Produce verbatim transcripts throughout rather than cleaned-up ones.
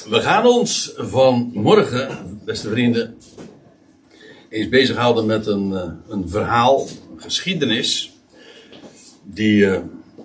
We gaan ons vanmorgen, beste vrienden, eens bezighouden met een, uh, een verhaal, een geschiedenis, die, uh,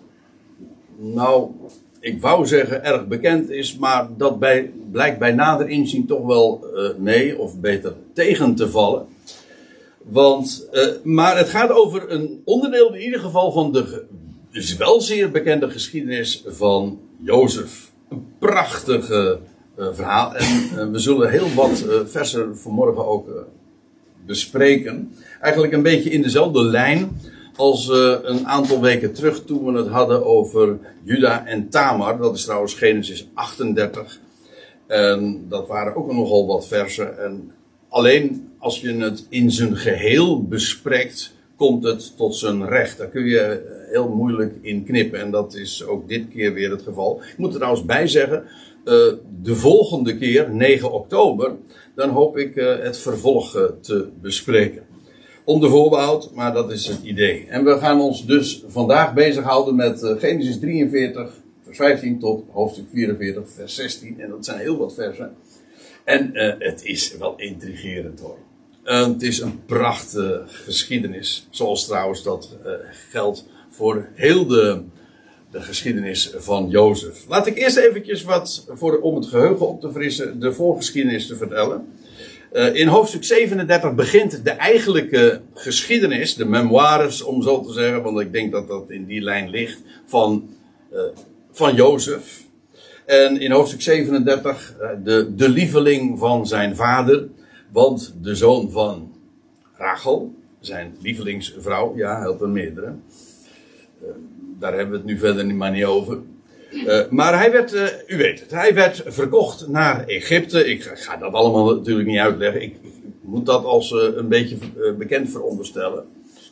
nou, ik wou zeggen erg bekend is, maar dat bij, blijkt bij nader inzien toch wel uh, mee, of beter tegen te vallen. Want, uh, maar het gaat over een onderdeel in ieder geval van de, dus wel zeer bekende geschiedenis van Jozef. Een prachtige uh, verhaal. En uh, we zullen heel wat uh, versen vanmorgen ook uh, bespreken. Eigenlijk een beetje in dezelfde lijn als uh, een aantal weken terug toen we het hadden over Juda en Tamar. Dat is trouwens Genesis achtendertig. En dat waren ook nogal wat versen. En alleen als je het in zijn geheel bespreekt, komt het tot zijn recht. Daar kun je heel moeilijk in knippen. En dat is ook dit keer weer het geval. Ik moet er trouwens bij zeggen, uh, de volgende keer, negen oktober, dan hoop ik uh, het vervolg uh, te bespreken. Onder voorbehoud, maar dat is het idee. En we gaan ons dus vandaag bezighouden met uh, Genesis drieënveertig, vers vijftien tot hoofdstuk vierenveertig, vers zestien. En dat zijn heel wat versen. En uh, het is wel intrigerend hoor. Uh, het is een prachtige geschiedenis. Zoals trouwens dat uh, geldt voor heel de, de geschiedenis van Jozef. Laat ik eerst eventjes wat, voor, om het geheugen op te frissen, de voorgeschiedenis te vertellen. Uh, in hoofdstuk zevenendertig begint de eigenlijke geschiedenis, de memoires om zo te zeggen, want ik denk dat dat in die lijn ligt, van, uh, van Jozef. En in hoofdstuk zevenendertig uh, de, de lieveling van zijn vader. Want de zoon van Rachel, zijn lievelingsvrouw, ja, hij had er meerdere. Uh, daar hebben we het nu verder niet, maar niet over. Uh, maar hij werd, uh, u weet het, hij werd verkocht naar Egypte. Ik ga, ga dat allemaal natuurlijk niet uitleggen. Ik, ik moet dat als uh, een beetje uh, bekend veronderstellen.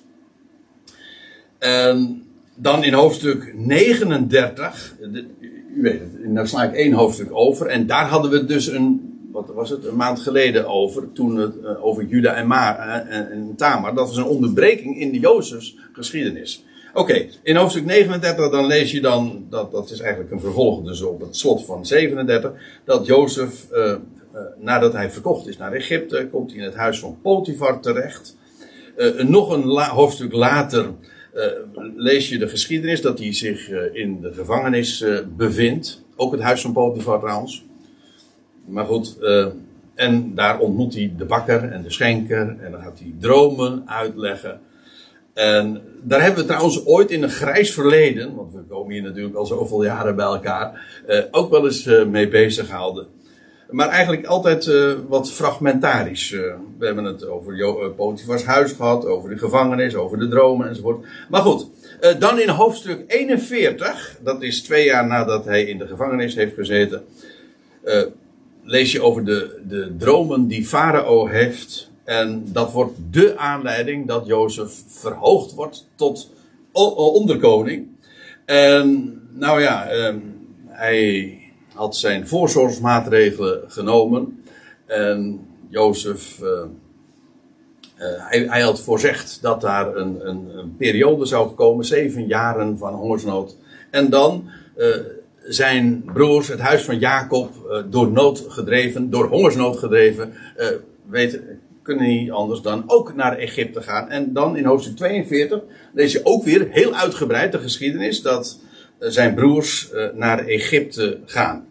En dan in hoofdstuk negenendertig, de, u weet het, daar sla ik één hoofdstuk over. En daar hadden we dus een... Wat was het? Een maand geleden over. Toen het uh, over Juda en, Ma, uh, en, en Tamar. Dat was een onderbreking in de Jozefs geschiedenis. Oké, okay, in hoofdstuk negenendertig dan lees je dan. Dat, dat is eigenlijk een vervolg dus op het slot van zevenendertig. Dat Jozef, uh, uh, nadat hij verkocht is naar Egypte, komt hij in het huis van Potifar terecht. Uh, nog een la- hoofdstuk later uh, lees je de geschiedenis dat hij zich uh, in de gevangenis uh, bevindt. Ook het huis van Potifar trouwens. Maar goed, uh, en daar ontmoet hij de bakker en de schenker. En dan gaat hij dromen uitleggen. En daar hebben we trouwens ooit in een grijs verleden, want we komen hier natuurlijk al zoveel jaren bij elkaar, uh, ook wel eens uh, mee bezig gehouden. Maar eigenlijk altijd uh, wat fragmentarisch. Uh, we hebben het over jo- uh, Potifars huis gehad, over de gevangenis, over de dromen enzovoort. Maar goed, uh, dan in hoofdstuk eenenveertig, dat is twee jaar nadat hij in de gevangenis heeft gezeten, uh, lees je over de, de dromen die Farao heeft. En dat wordt de aanleiding dat Jozef verhoogd wordt tot onderkoning. En nou ja, um, hij had zijn voorzorgsmaatregelen genomen. En Jozef, uh, uh, hij, hij had voorzegd dat daar een, een, een periode zou komen. Zeven jaren van hongersnood. En dan... Uh, zijn broers, het huis van Jacob, uh, door nood gedreven, door hongersnood gedreven, uh, weet, kunnen niet anders dan ook naar Egypte gaan. En dan in hoofdstuk tweeënveertig lees je ook weer heel uitgebreid de geschiedenis dat uh, zijn broers uh, naar Egypte gaan.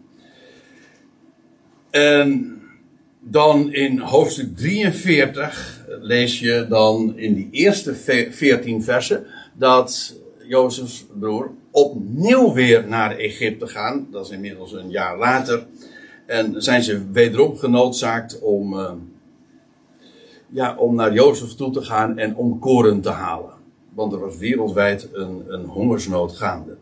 En dan in hoofdstuk drieënveertig lees je dan in die eerste veertien versen dat Jozefs broer opnieuw weer naar Egypte gaan. Dat is inmiddels een jaar later. En zijn ze wederom genoodzaakt om, uh, ja, om naar Jozef toe te gaan en om koren te halen. Want er was wereldwijd een, een hongersnood gaande.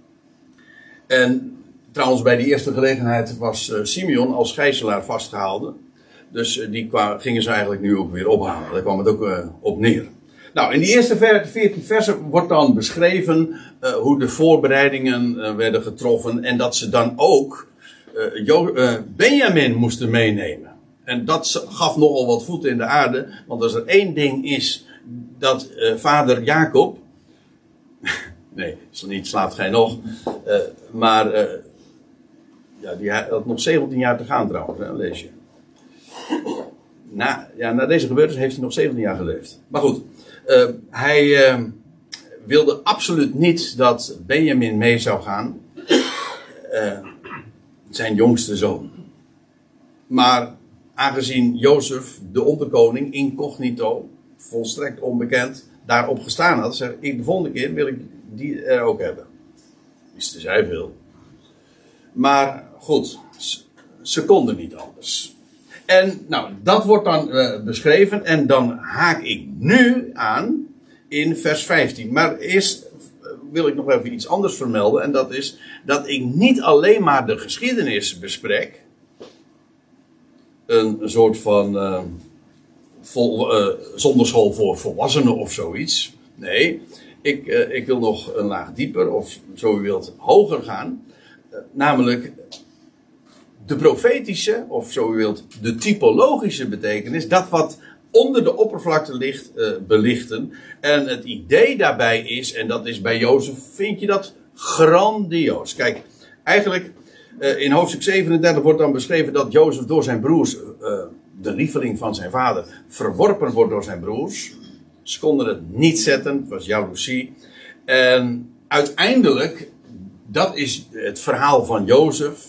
En trouwens bij die eerste gelegenheid was uh, Simeon als gijzelaar vastgehouden. Dus uh, die kwa- gingen ze eigenlijk nu ook weer ophalen. Daar kwam het ook uh, op neer. Nou, in die eerste veertien versen wordt dan beschreven uh, hoe de voorbereidingen uh, werden getroffen. En dat ze dan ook uh, jo- uh, Benjamin moesten meenemen. En dat gaf nogal wat voeten in de aarde. Want als er één ding is dat uh, vader Jacob... nee, niet slaapt gij nog. Uh, maar uh, ja, die had nog zeventien jaar te gaan trouwens, hè, lees je. Na, ja, na deze gebeurtenis heeft hij nog zeventien jaar geleefd. Maar goed, uh, hij uh, wilde absoluut niet dat Benjamin mee zou gaan. Uh, zijn jongste zoon. Maar aangezien Jozef, de onderkoning, incognito, volstrekt onbekend, daarop gestaan had, zei ik, de volgende keer wil ik die er ook hebben. Wisten zij veel. Maar goed, ze konden niet anders. En nou, dat wordt dan uh, beschreven en dan haak ik nu aan in vers vijftien. Maar eerst wil ik nog even iets anders vermelden en dat is dat ik niet alleen maar de geschiedenis bespreek. Een, een soort van uh, vol, uh, zonderschool voor volwassenen of zoiets. Nee, ik, uh, ik wil nog een laag dieper of zo u wilt hoger gaan. Uh, namelijk de profetische, of zo u wilt, de typologische betekenis, dat wat onder de oppervlakte ligt, uh, belichten. En het idee daarbij is, en dat is bij Jozef, vind je dat grandioos. Kijk, eigenlijk uh, in hoofdstuk zevenendertig wordt dan beschreven dat Jozef door zijn broers, uh, de lieveling van zijn vader, verworpen wordt door zijn broers. Ze konden het niet zetten, het was jaloezie. En uiteindelijk, dat is het verhaal van Jozef.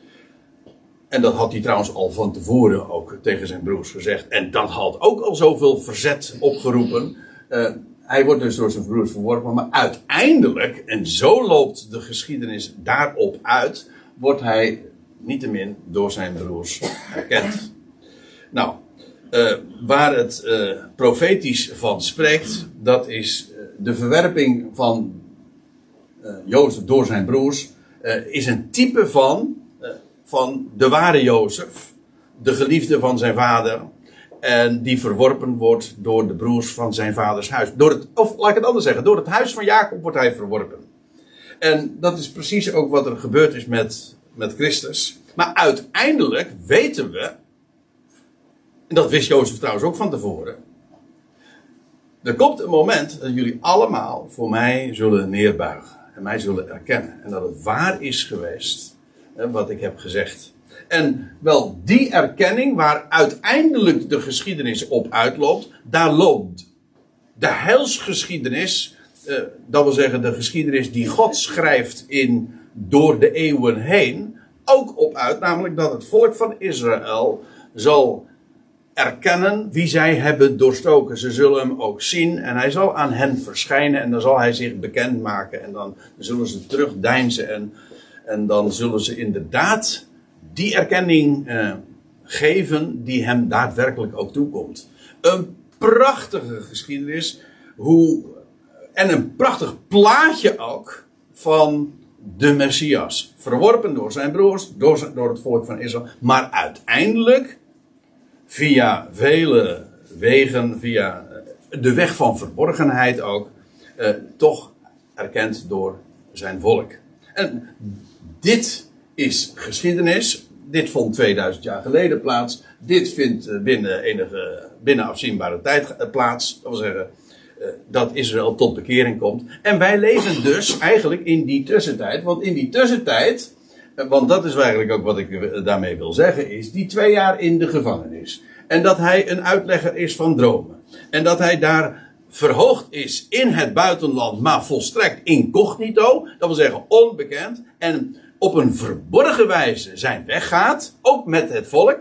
En dat had hij trouwens al van tevoren ook tegen zijn broers gezegd. En dat had ook al zoveel verzet opgeroepen. Uh, hij wordt dus door zijn broers verworpen. Maar uiteindelijk, en zo loopt de geschiedenis daarop uit, wordt hij niettemin door zijn broers herkend. Nou, uh, waar het uh, profetisch van spreekt, dat is uh, de verwerping van uh, Jozef door zijn broers, uh, is een type van... van de ware Jozef, de geliefde van zijn vader, en die verworpen wordt door de broers van zijn vaders huis. Door het, of laat ik het anders zeggen, door het huis van Jacob wordt hij verworpen. En dat is precies ook wat er gebeurd is met, met Christus. Maar uiteindelijk weten we, en dat wist Jozef trouwens ook van tevoren, er komt een moment dat jullie allemaal voor mij zullen neerbuigen en mij zullen erkennen. En dat het waar is geweest wat ik heb gezegd. En wel die erkenning waar uiteindelijk de geschiedenis op uitloopt, daar loopt de heilsgeschiedenis, eh, dat wil zeggen de geschiedenis die God schrijft in door de eeuwen heen, ook op uit, namelijk dat het volk van Israël zal erkennen wie zij hebben doorstoken. Ze zullen hem ook zien en hij zal aan hen verschijnen en dan zal hij zich bekendmaken en dan zullen ze terugdeinzen en En dan zullen ze inderdaad die erkenning uh, geven die hem daadwerkelijk ook toekomt. Een prachtige geschiedenis. Hoe, en een prachtig plaatje ook van de Messias. Verworpen door zijn broers, door, door het volk van Israël. Maar uiteindelijk, via vele wegen, via de weg van verborgenheid ook, uh, toch erkend door zijn volk. En dit is geschiedenis. Dit vond tweeduizend jaar geleden plaats. Dit vindt binnen enige, binnen afzienbare tijd plaats. Dat wil zeggen, dat Israël tot bekering komt. En wij leven dus eigenlijk in die tussentijd. Want in die tussentijd, want dat is eigenlijk ook wat ik daarmee wil zeggen, is die twee jaar in de gevangenis. En dat hij een uitlegger is van dromen. En dat hij daar verhoogd is in het buitenland, maar volstrekt incognito. Dat wil zeggen onbekend. En op een verborgen wijze zijn weg gaat. Ook met het volk.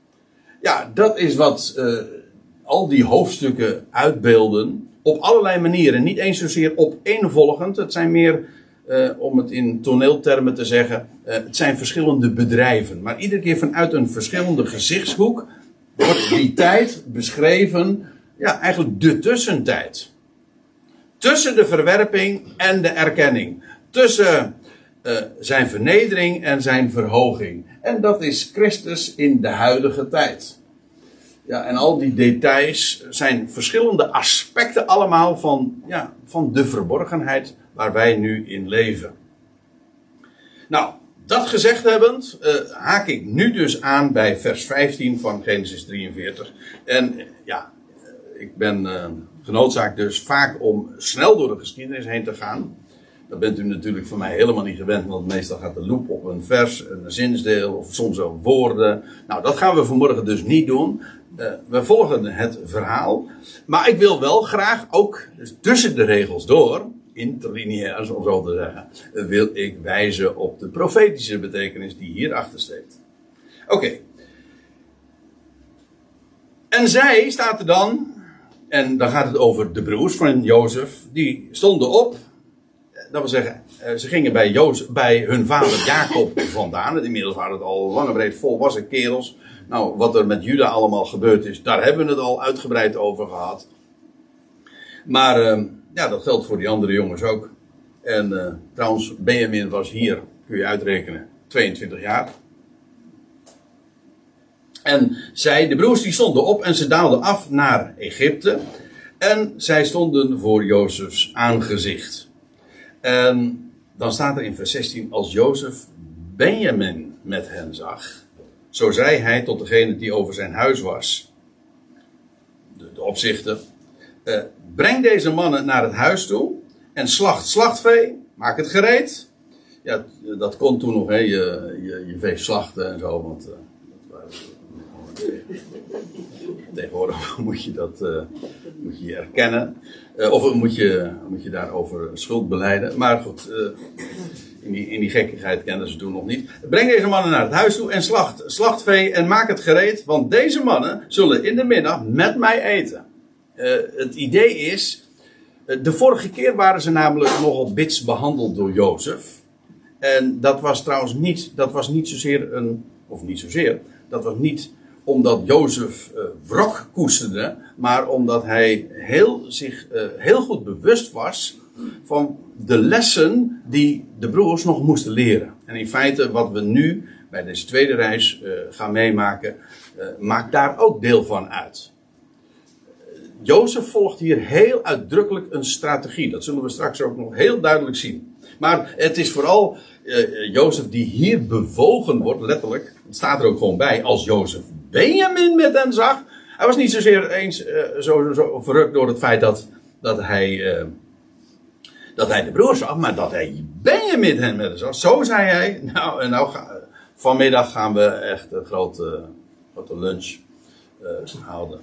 Ja, dat is wat uh, al die hoofdstukken uitbeelden. Op allerlei manieren. Niet eens zozeer opeenvolgend. Het zijn meer, uh, om het in toneeltermen te zeggen, uh, het zijn verschillende bedrijven. Maar iedere keer vanuit een verschillende gezichtshoek wordt die tijd beschreven. Ja, eigenlijk de tussentijd. Tussen de verwerping en de erkenning. Tussen uh, zijn vernedering en zijn verhoging. En dat is Christus in de huidige tijd. Ja, en al die details zijn verschillende aspecten allemaal van, ja, van de verborgenheid waar wij nu in leven. Nou, dat gezegd hebbend, uh, haak ik nu dus aan bij vers vijftien van Genesis drieënveertig. En ja, ik ben uh, genoodzaakt dus vaak om snel door de geschiedenis heen te gaan. Dat bent u natuurlijk van mij helemaal niet gewend, want meestal gaat de loop op een vers, een zinsdeel of soms ook woorden. Nou, dat gaan we vanmorgen dus niet doen. Uh, we volgen het verhaal. Maar ik wil wel graag ook dus tussen de regels door, interlineair om zo te zeggen, uh, wil ik wijzen op de profetische betekenis die hierachter steekt. Oké. Okay. En zij staat er dan, en dan gaat het over de broers van Jozef, die stonden op. Dat wil zeggen, ze gingen bij, Jozef, bij hun vader Jacob vandaan. Inmiddels waren het al lang en breed volwassen kerels. Nou, wat er met Juda allemaal gebeurd is, daar hebben we het al uitgebreid over gehad. Maar uh, ja, dat geldt voor die andere jongens ook. En uh, trouwens, Benjamin was hier, kun je uitrekenen, tweeëntwintig jaar. En zij, de broers, die stonden op en ze daalden af naar Egypte. En zij stonden voor Jozefs aangezicht. En dan staat er in vers zestien, als Jozef Benjamin met hen zag, zo zei hij tot degene die over zijn huis was, de, de opzichter, uh, breng deze mannen naar het huis toe en slacht slachtvee, maak het gereed. Ja, dat kon toen nog, hè, je, je, je vee slachten en zo, want uh, dat waren, tegenwoordig moet je dat uh, moet je erkennen. Uh, of moet je, moet je daarover schuld belijden. Maar goed, uh, in, die, in die gekkigheid kenden ze toen nog niet. Breng deze mannen naar het huis toe en slacht, slacht vee en maak het gereed. Want deze mannen zullen in de middag met mij eten. Uh, het idee is, uh, de vorige keer waren ze namelijk nogal bits behandeld door Jozef. En dat was trouwens niet, dat was niet zozeer een, of niet zozeer, dat was niet omdat Jozef uh, wrok koesterde, maar omdat hij heel, zich uh, heel goed bewust was van de lessen die de broers nog moesten leren. En in feite wat we nu bij deze tweede reis uh, gaan meemaken, uh, maakt daar ook deel van uit. Uh, Jozef volgt hier heel uitdrukkelijk een strategie. Dat zullen we straks ook nog heel duidelijk zien. Maar het is vooral uh, Jozef die hier bewogen wordt, letterlijk. Het staat er ook gewoon bij, als Jozef Benjamin met hen zag. Hij was niet zozeer eens uh, zo, zo verrukt door het feit dat, dat, hij, uh, dat hij de broers zag, maar dat hij Benjamin hen met hen zag. Zo zei hij, nou, en nou ga, vanmiddag gaan we echt een grote, grote lunch uh, houden.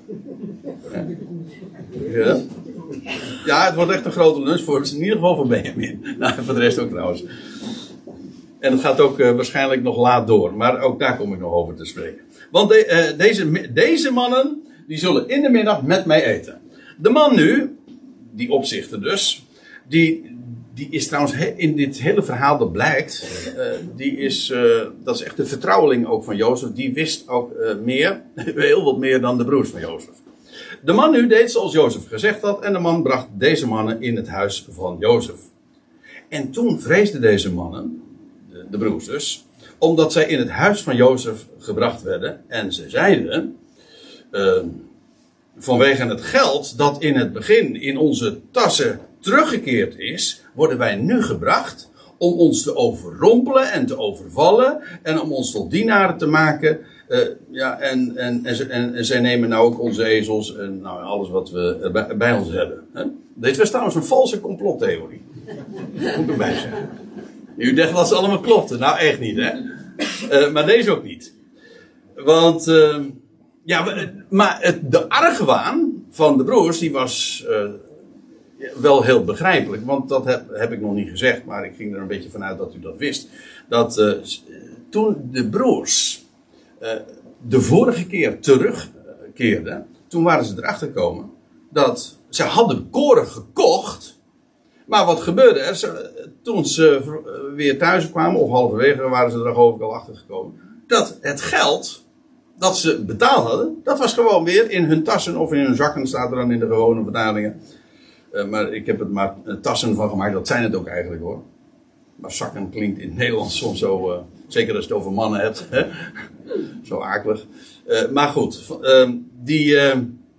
Ja. ja, het wordt echt een grote lunch voor, in ieder geval voor Benjamin. Nou, voor de rest ook trouwens. En het gaat ook uh, waarschijnlijk nog laat door, maar ook daar kom ik nog over te spreken. Want de, uh, deze, deze mannen, die zullen in de middag met mij eten. De man nu, die opzichter dus, die, die is trouwens he, in dit hele verhaal dat blijkt, uh, die is, uh, dat is echt de vertrouweling ook van Jozef, die wist ook uh, meer, heel wat meer dan de broers van Jozef. De man nu deed zoals Jozef gezegd had en de man bracht deze mannen in het huis van Jozef. En toen vreesden deze mannen, de, de broers dus, omdat zij in het huis van Jozef gebracht werden. En ze zeiden, uh, vanwege het geld dat in het begin in onze tassen teruggekeerd is, worden wij nu gebracht om ons te overrompelen en te overvallen en om ons tot dienaren te maken. Uh, ja, en, en, en, en, en zij nemen nou ook onze ezels en nou, alles wat we bij, bij ons hebben. Hè? Dit was trouwens een valse complottheorie. Moet ik erbij zeggen. U dacht dat ze allemaal klopten. Nou, echt niet, hè? Uh, maar deze ook niet. Want, uh, ja, maar het, de argwaan van de broers, die was uh, wel heel begrijpelijk. Want dat heb, heb ik nog niet gezegd, maar ik ging er een beetje vanuit dat u dat wist. Dat uh, toen de broers uh, de vorige keer terugkeerden, toen waren ze erachter gekomen dat ze hadden koren gekocht. Maar wat gebeurde er? Ze, toen ze weer thuis kwamen, of halverwege waren ze er ook al achter gekomen, dat het geld dat ze betaald hadden, dat was gewoon weer in hun tassen of in hun zakken, staat er dan in de gewone vertalingen. Uh, maar ik heb het maar tassen van gemaakt, dat zijn het ook eigenlijk hoor. Maar zakken klinkt in het Nederlands soms zo, uh, zeker als je het over mannen hebt, hè? Zo akelig. Uh, maar goed, uh, die... Uh,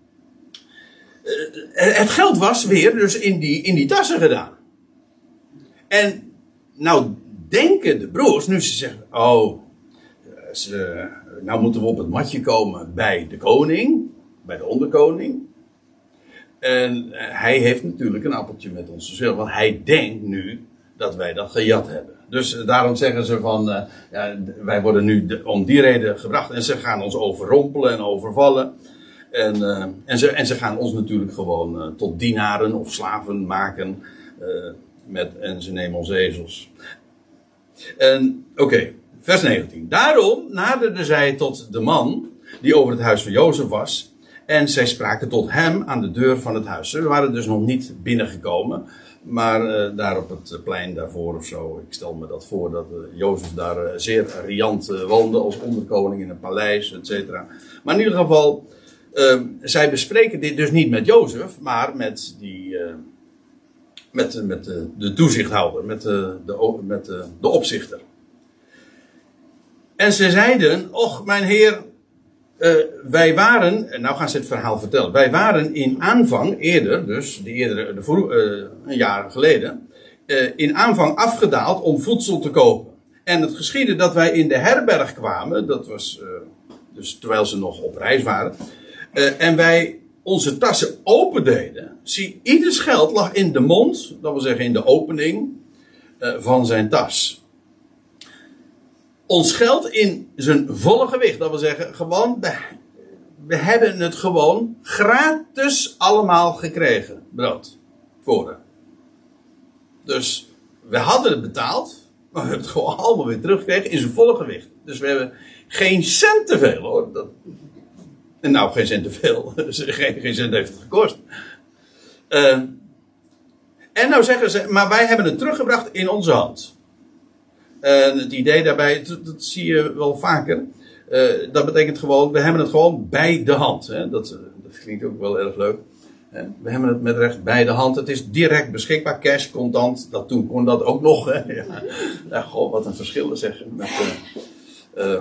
Het geld was weer dus in die, in die tassen gedaan. En nou denken de broers, nu ze zeggen, oh, ze, nou moeten we op het matje komen bij de koning, bij de onderkoning. En hij heeft natuurlijk een appeltje met ons te schillen, want hij denkt nu dat wij dat gejat hebben. Dus uh, daarom zeggen ze van, uh, ja, wij worden nu de, om die reden gebracht. En ze gaan ons overrompelen en overvallen. En, uh, en, ze, en ze gaan ons natuurlijk gewoon uh, tot dienaren of slaven maken. Uh, met, en ze nemen onze ezels. En oké, okay, vers negentien. Daarom naderden zij tot de man die over het huis van Jozef was. En zij spraken tot hem aan de deur van het huis. Ze waren dus nog niet binnengekomen. Maar uh, daar op het plein daarvoor of zo. Ik stel me dat voor dat uh, Jozef daar uh, zeer riant uh, woonde. Als onderkoning in een paleis, et cetera. Maar in ieder geval. Uh, zij bespreken dit dus niet met Jozef. Maar met, die, uh, met, met de, de toezichthouder. Met, de, de, met de, de opzichter. En ze zeiden. Och mijn heer. Uh, wij waren, nou gaan ze het verhaal vertellen. Wij waren in aanvang eerder, dus de eerdere, de vroeg, uh, een jaar geleden, uh, in aanvang afgedaald om voedsel te kopen. En het geschiedde dat wij in de herberg kwamen, dat was uh, dus terwijl ze nog op reis waren, uh, en wij onze tassen opendeden. Zie, ieders geld lag in de mond, dat wil zeggen in de opening uh, van zijn tas. Ons geld in zijn volle gewicht. Dat wil zeggen, gewoon, we, we hebben het gewoon gratis allemaal gekregen. Brood. Voor. Dus we hadden het betaald. Maar we hebben het gewoon allemaal weer teruggekregen in zijn volle gewicht. Dus we hebben geen cent te veel hoor. Dat, en nou, geen cent te veel. Dus geen, geen cent heeft het gekost. Uh, en nou zeggen ze, maar wij hebben het teruggebracht in onze hand. En het idee daarbij, dat, dat zie je wel vaker. Uh, dat betekent gewoon, we hebben het gewoon bij de hand. Hè? Dat, dat klinkt ook wel erg leuk. Hè? We hebben het met recht bij de hand. Het is direct beschikbaar, cash, contant. Dat toen kon dat ook nog. Hè? Ja. Ja, goh, wat een verschil zeg. Met, uh, uh,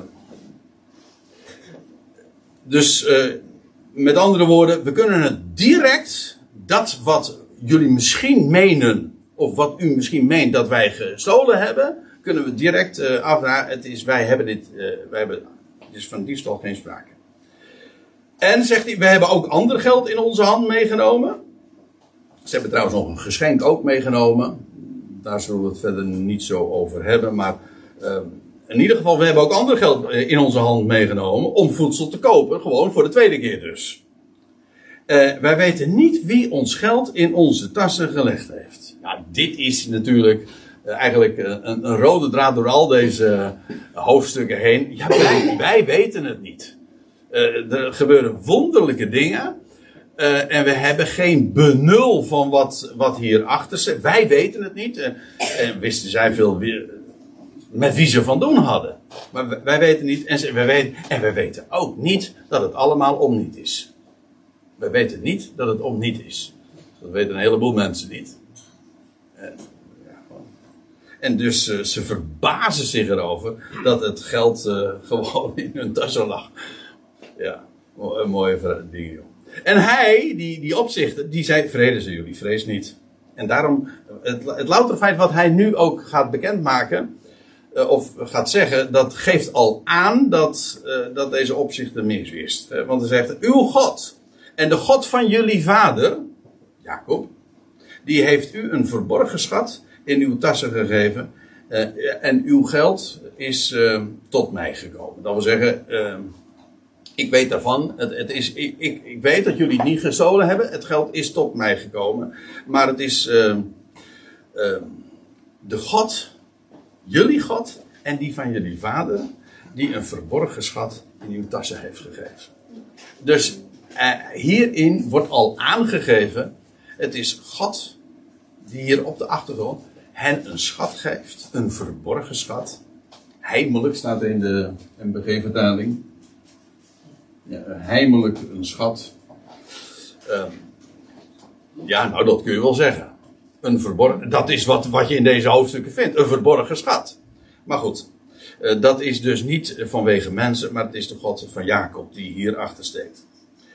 dus, uh, met andere woorden, we kunnen het direct, dat wat jullie misschien menen, of wat u misschien meent dat wij gestolen hebben, kunnen we direct uh, afdragen. Het is, wij hebben dit, uh, wij hebben, het is van diefstal geen sprake. En zegt hij, we hebben ook ander geld in onze hand meegenomen. Ze hebben trouwens nog een geschenk ook meegenomen. Daar zullen we het verder niet zo over hebben. Maar uh, in ieder geval, we hebben ook ander geld in onze hand meegenomen om voedsel te kopen. Gewoon voor de tweede keer dus. Uh, wij weten niet wie ons geld in onze tassen gelegd heeft. Nou, dit is natuurlijk uh, eigenlijk uh, een, een rode draad door al deze uh, hoofdstukken heen. Ja, wij, wij weten het niet. Uh, er gebeuren wonderlijke dingen. Uh, en we hebben geen benul van wat, wat hierachter zit. Wij weten het niet. Uh, en wisten zij veel weer, met wie ze van doen hadden. Maar wij, wij weten niet. En, ze, wij weten, en wij weten ook niet dat het allemaal om niet is. Wij weten niet dat het om niet is. Dat weten een heleboel mensen niet. En, ja, en dus uh, ze verbazen zich erover dat het geld uh, gewoon in hun tassen lag. Ja, een mooie ding, joh. En hij, die, die opzichter, die zei, vrede ze jullie, vrees niet. En daarom, het, het louter feit wat hij nu ook gaat bekendmaken, uh, of gaat zeggen, dat geeft al aan dat, uh, dat deze opzichter mis wist. Uh, want hij zegt, uw God en de God van jullie vader, Jacob, die heeft u een verborgen schat in uw tassen gegeven. Uh, en uw geld is uh, tot mij gekomen. Dat wil zeggen, uh, ik weet daarvan. Het, het is, ik, ik, ik weet dat jullie het niet gestolen hebben. Het geld is tot mij gekomen. Maar het is uh, uh, de God, jullie God en die van jullie vader, die een verborgen schat in uw tassen heeft gegeven. Dus uh, hierin wordt al aangegeven, het is God die hier op de achtergrond hen een schat geeft. Een verborgen schat. Heimelijk staat er in de M B G-vertaling. Ja, heimelijk een schat. Uh, ja, nou dat kun je wel zeggen. Een verborgen, dat is wat, wat je in deze hoofdstukken vindt. Een verborgen schat. Maar goed, uh, dat is dus niet vanwege mensen, maar het is de God van Jacob die hierachter steekt.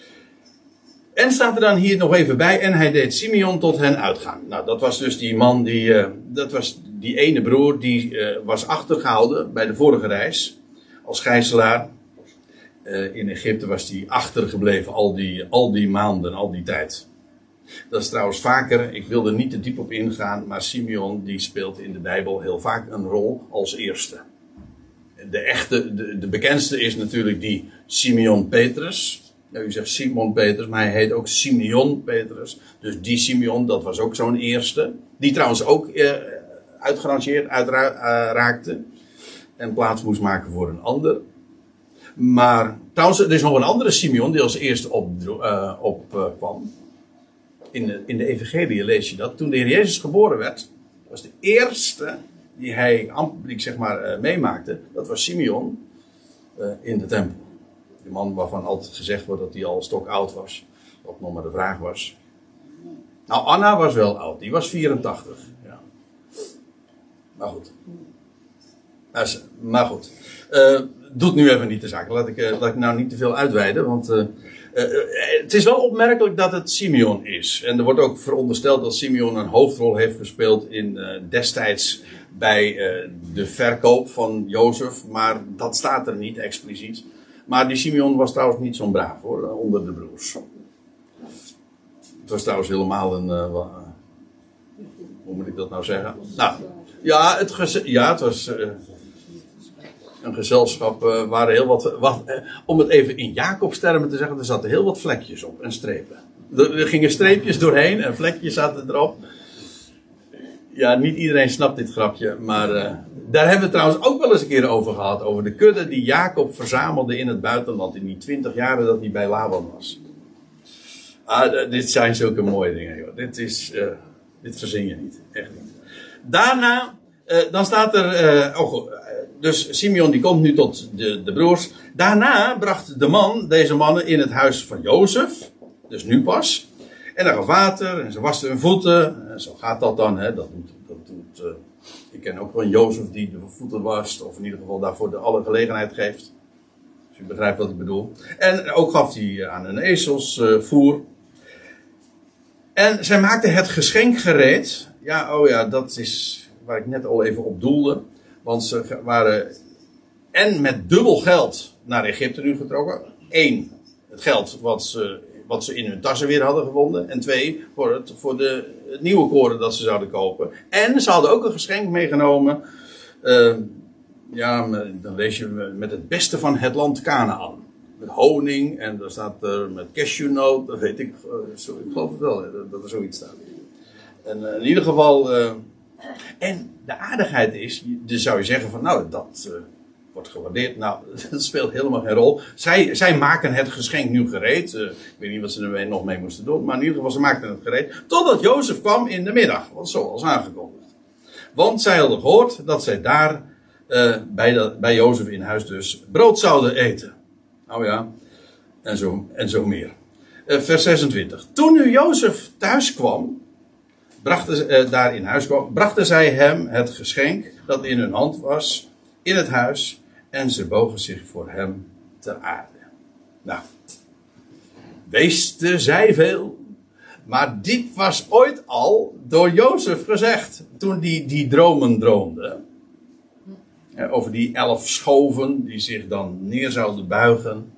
En staat er dan hier nog even bij, en hij deed Simeon tot hen uitgaan. Nou, dat was dus die man, die, uh, dat was die ene broer, die uh, was achtergehouden bij de vorige reis, als gijzelaar. Uh, in Egypte was hij achtergebleven al die, al die maanden, al die tijd. Dat is trouwens vaker, ik wil er niet te diep op ingaan, maar Simeon die speelt in de Bijbel heel vaak een rol als eerste. De echte, de, de bekendste is natuurlijk die Simeon Petrus. Nou, u zegt Simon Petrus, maar hij heet ook Simeon Petrus. Dus die Simeon, dat was ook zo'n eerste. Die trouwens ook eh, uitgerangeerd uitraakte. Uh, en plaats moest maken voor een ander. Maar trouwens, er is nog een andere Simeon die als eerste opkwam. Uh, op, uh, kwam. in, de, in de evangelie lees je dat. Toen de Heer Jezus geboren werd, was de eerste die hij die ik zeg maar uh, meemaakte. Dat was Simeon uh, in de tempel. De man waarvan altijd gezegd wordt dat hij al stokoud was. Wat nog maar de vraag was. Nou, Anna was wel oud. Die was vierentachtig. Ja. Maar goed. Maar goed. Uh, doet nu even niet de zaak. Laat ik, uh, laat ik nou niet te veel uitweiden. Want uh, uh, het is wel opmerkelijk dat het Simeon is. En er wordt ook verondersteld dat Simeon een hoofdrol heeft gespeeld in uh, destijds bij uh, de verkoop van Jozef. Maar dat staat er niet expliciet. Maar die Simeon was trouwens niet zo'n braaf hoor, onder de broers. Het was trouwens helemaal een... Uh, uh, hoe moet ik dat nou zeggen? Nou, ja, het, geze- ja, het was uh, een gezelschap uh, waar heel wat... wat uh, om het even in Jacobstermen te zeggen, er zaten heel wat vlekjes op en strepen. Er, er gingen streepjes doorheen en vlekjes zaten erop. Ja, niet iedereen snapt dit grapje, maar uh, daar hebben we het trouwens ook wel eens een keer over gehad. Over de kudde die Jacob verzamelde in het buitenland in die twintig jaren dat hij bij Laban was. Ah, d- dit zijn zulke mooie dingen, joh. Dit is, uh, dit verzin je niet, echt niet. Daarna, uh, dan staat er, uh, oh goed, uh, dus Simeon die komt nu tot de, de broers. Daarna bracht de man deze mannen in het huis van Jozef, dus nu pas. En er gaf water en ze wasten hun voeten. En zo gaat dat dan. Hè. Dat doet, dat doet, uh, ik ken ook wel een Jozef die de voeten wast. Of in ieder geval daarvoor de alle gelegenheid geeft. Dus u begrijpt wat ik bedoel. En ook gaf hij aan een ezelsvoer. Uh, en zij maakte het geschenk gereed. Ja, oh ja, dat is waar ik net al even op doelde. Want ze waren en met dubbel geld naar Egypte nu vertrokken. Eén, het geld wat ze... wat ze in hun tassen weer hadden gevonden. En twee, voor het, voor de, het nieuwe koren dat ze zouden kopen. En ze hadden ook een geschenk meegenomen. Uh, ja, dan lees je met het beste van het land Kanaan. Met honing en daar staat er met cashewnoot. Dat weet ik. Uh, zo, ik geloof het wel, dat, dat er zoiets staat. En uh, in ieder geval... Uh, en de aardigheid is, dus zou je zeggen van nou, dat... Uh, wordt gewaardeerd. Nou, dat speelt helemaal geen rol. Zij, zij maken het geschenk nu gereed. Uh, ik weet niet wat ze er nog mee moesten doen. Maar in ieder geval, ze maakten het gereed. Totdat Jozef kwam in de middag. Want zoals aangekondigd. Want zij hadden gehoord dat zij daar uh, bij, de, bij Jozef in huis dus brood zouden eten. Nou ja. En zo, en zo meer. Uh, vers zesentwintig. Toen nu Jozef thuis kwam. Brachten, uh, daar in huis kwam. Brachten zij hem het geschenk dat in hun hand was. In het huis. En ze bogen zich voor hem ter aarde. Nou. Weeste zij veel. Maar dit was ooit al door Jozef gezegd. Toen die, die dromen droomde. Over die elf schoven. Die zich dan neer zouden buigen.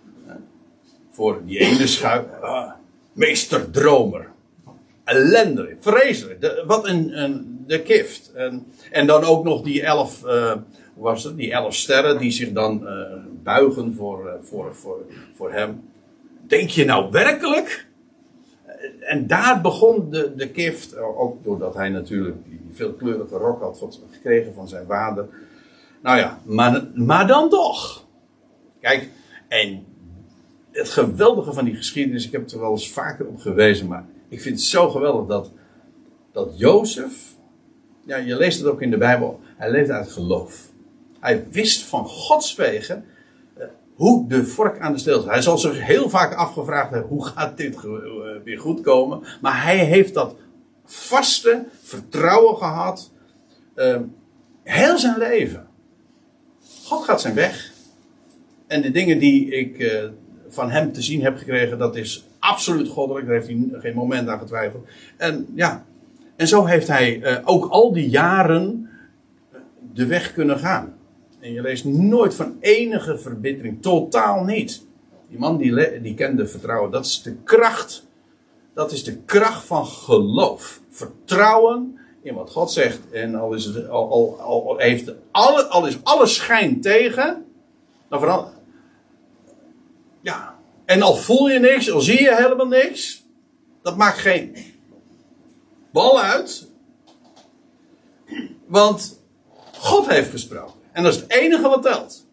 Voor die ene schuif. Ah, meester dromer. Ellendig. Vreselijk. De, wat een, een de kift. En, en dan ook nog die elf... Uh, Hoe was het? Die elf sterren die zich dan uh, buigen voor, uh, voor, voor, voor hem. Denk je nou werkelijk? En daar begon de, de kift. Ook doordat hij natuurlijk die veelkleurige rok had gekregen van zijn vader. Nou ja, maar, maar dan toch. Kijk, en het geweldige van die geschiedenis. Ik heb het er wel eens vaker op gewezen. Maar ik vind het zo geweldig dat, dat Jozef. Ja, je leest het ook in de Bijbel. Hij leefde uit geloof. Hij wist van Gods wegen uh, hoe de vork aan de steel zat. Hij zal zich heel vaak afgevraagd hebben, hoe gaat dit ge- uh, weer goed komen? Maar hij heeft dat vaste vertrouwen gehad. Uh, heel zijn leven. God gaat zijn weg. En de dingen die ik uh, van hem te zien heb gekregen, dat is absoluut goddelijk. Daar heeft hij geen moment aan getwijfeld. En ja, en zo heeft hij uh, ook al die jaren de weg kunnen gaan. En je leest nooit van enige verbittering. Totaal niet. Die man die, le- die kende vertrouwen. Dat is de kracht dat is de kracht van geloof. Vertrouwen in wat God zegt. En al is, het, al, al, al, heeft alle, al is alle schijn tegen. Dan vooral, ja. En al voel je niks, al zie je helemaal niks. Dat maakt geen bal uit. Want God heeft gesproken. En dat is het enige wat telt.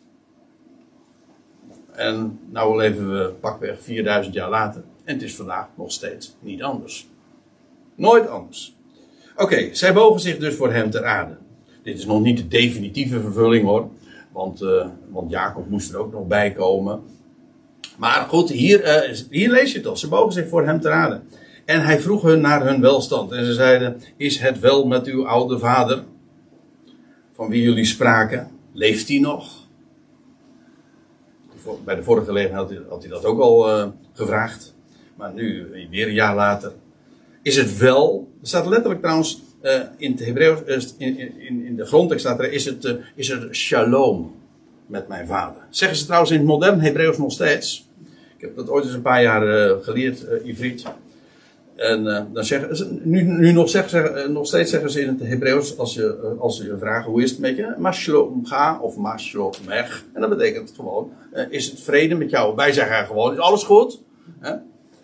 En nou leven we pakweg vierduizend jaar later. En het is vandaag nog steeds niet anders. Nooit anders. Oké, okay, zij bogen zich dus voor hem ter aarde. Dit is nog niet de definitieve vervulling hoor. Want, uh, want Jacob moest er ook nog bij komen. Maar goed, hier, uh, hier lees je het al. Ze bogen zich voor hem ter aarde. En hij vroeg hun naar hun welstand. En ze zeiden, is het wel met uw oude vader? Van wie jullie spraken. Leeft hij nog? Bij de vorige gelegenheid had hij, had hij dat ook al uh, gevraagd. Maar nu, weer een jaar later. Is het wel, er staat letterlijk trouwens uh, in het Hebreeuws, in, in, in de grondtekst staat er, is het, uh, is er shalom met mijn vader. Zeggen ze trouwens in het modern Hebreeuws nog steeds. Ik heb dat ooit eens een paar jaar uh, geleerd, uh, Ivriet. En uh, dan zeggen ze, nu, nu nog, zeg, zeg, uh, nog steeds zeggen ze in het Hebreeuws, als je, uh, als je vraagt hoe is het met je, ma shalom ga of ma shalom mech. En dat betekent gewoon, uh, is het vrede met jou? Wij zeggen gewoon, is alles goed? Huh?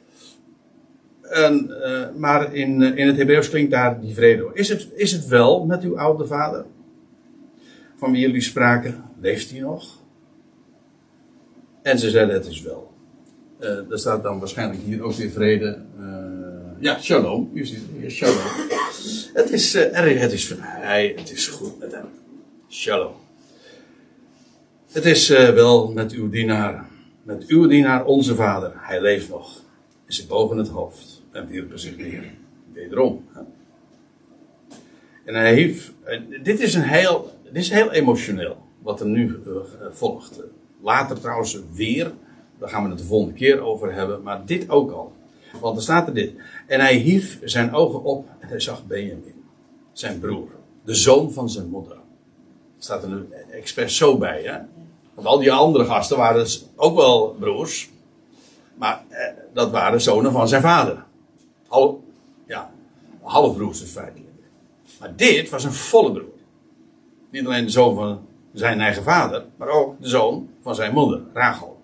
En, uh, maar in, uh, in het Hebreeuws klinkt daar die vrede door. Is het, is het wel met uw oude vader? Van wie jullie spraken, leeft hij nog? En ze zeiden het is wel. Uh, er staat dan waarschijnlijk hier ook weer vrede. Uh, ja, shalom. U ziet hier, shalom. Het is, uh, er, het is van hij, het is goed met hem. Shalom. Het is uh, wel met uw dienaar. Met uw dienaar, onze vader. Hij leeft nog. En ze boven het hoofd. En wierpen zich neer. Wederom. Hè. En hij heeft. Dit is een heel. Dit is heel emotioneel. Wat er nu uh, volgt. Later trouwens weer. Daar gaan we het de volgende keer over hebben. Maar dit ook al. Want er staat er dit. En hij hief zijn ogen op. En hij zag Benjamin. Zijn broer. De zoon van zijn moeder. Er staat er nu expres zo bij. Hè? Want al die andere gasten waren dus ook wel broers. Maar eh, dat waren zonen van zijn vader. Al, ja, halfbroers dus feitelijk. Maar dit was een volle broer. Niet alleen de zoon van zijn eigen vader, maar ook de zoon van zijn moeder, Rachel.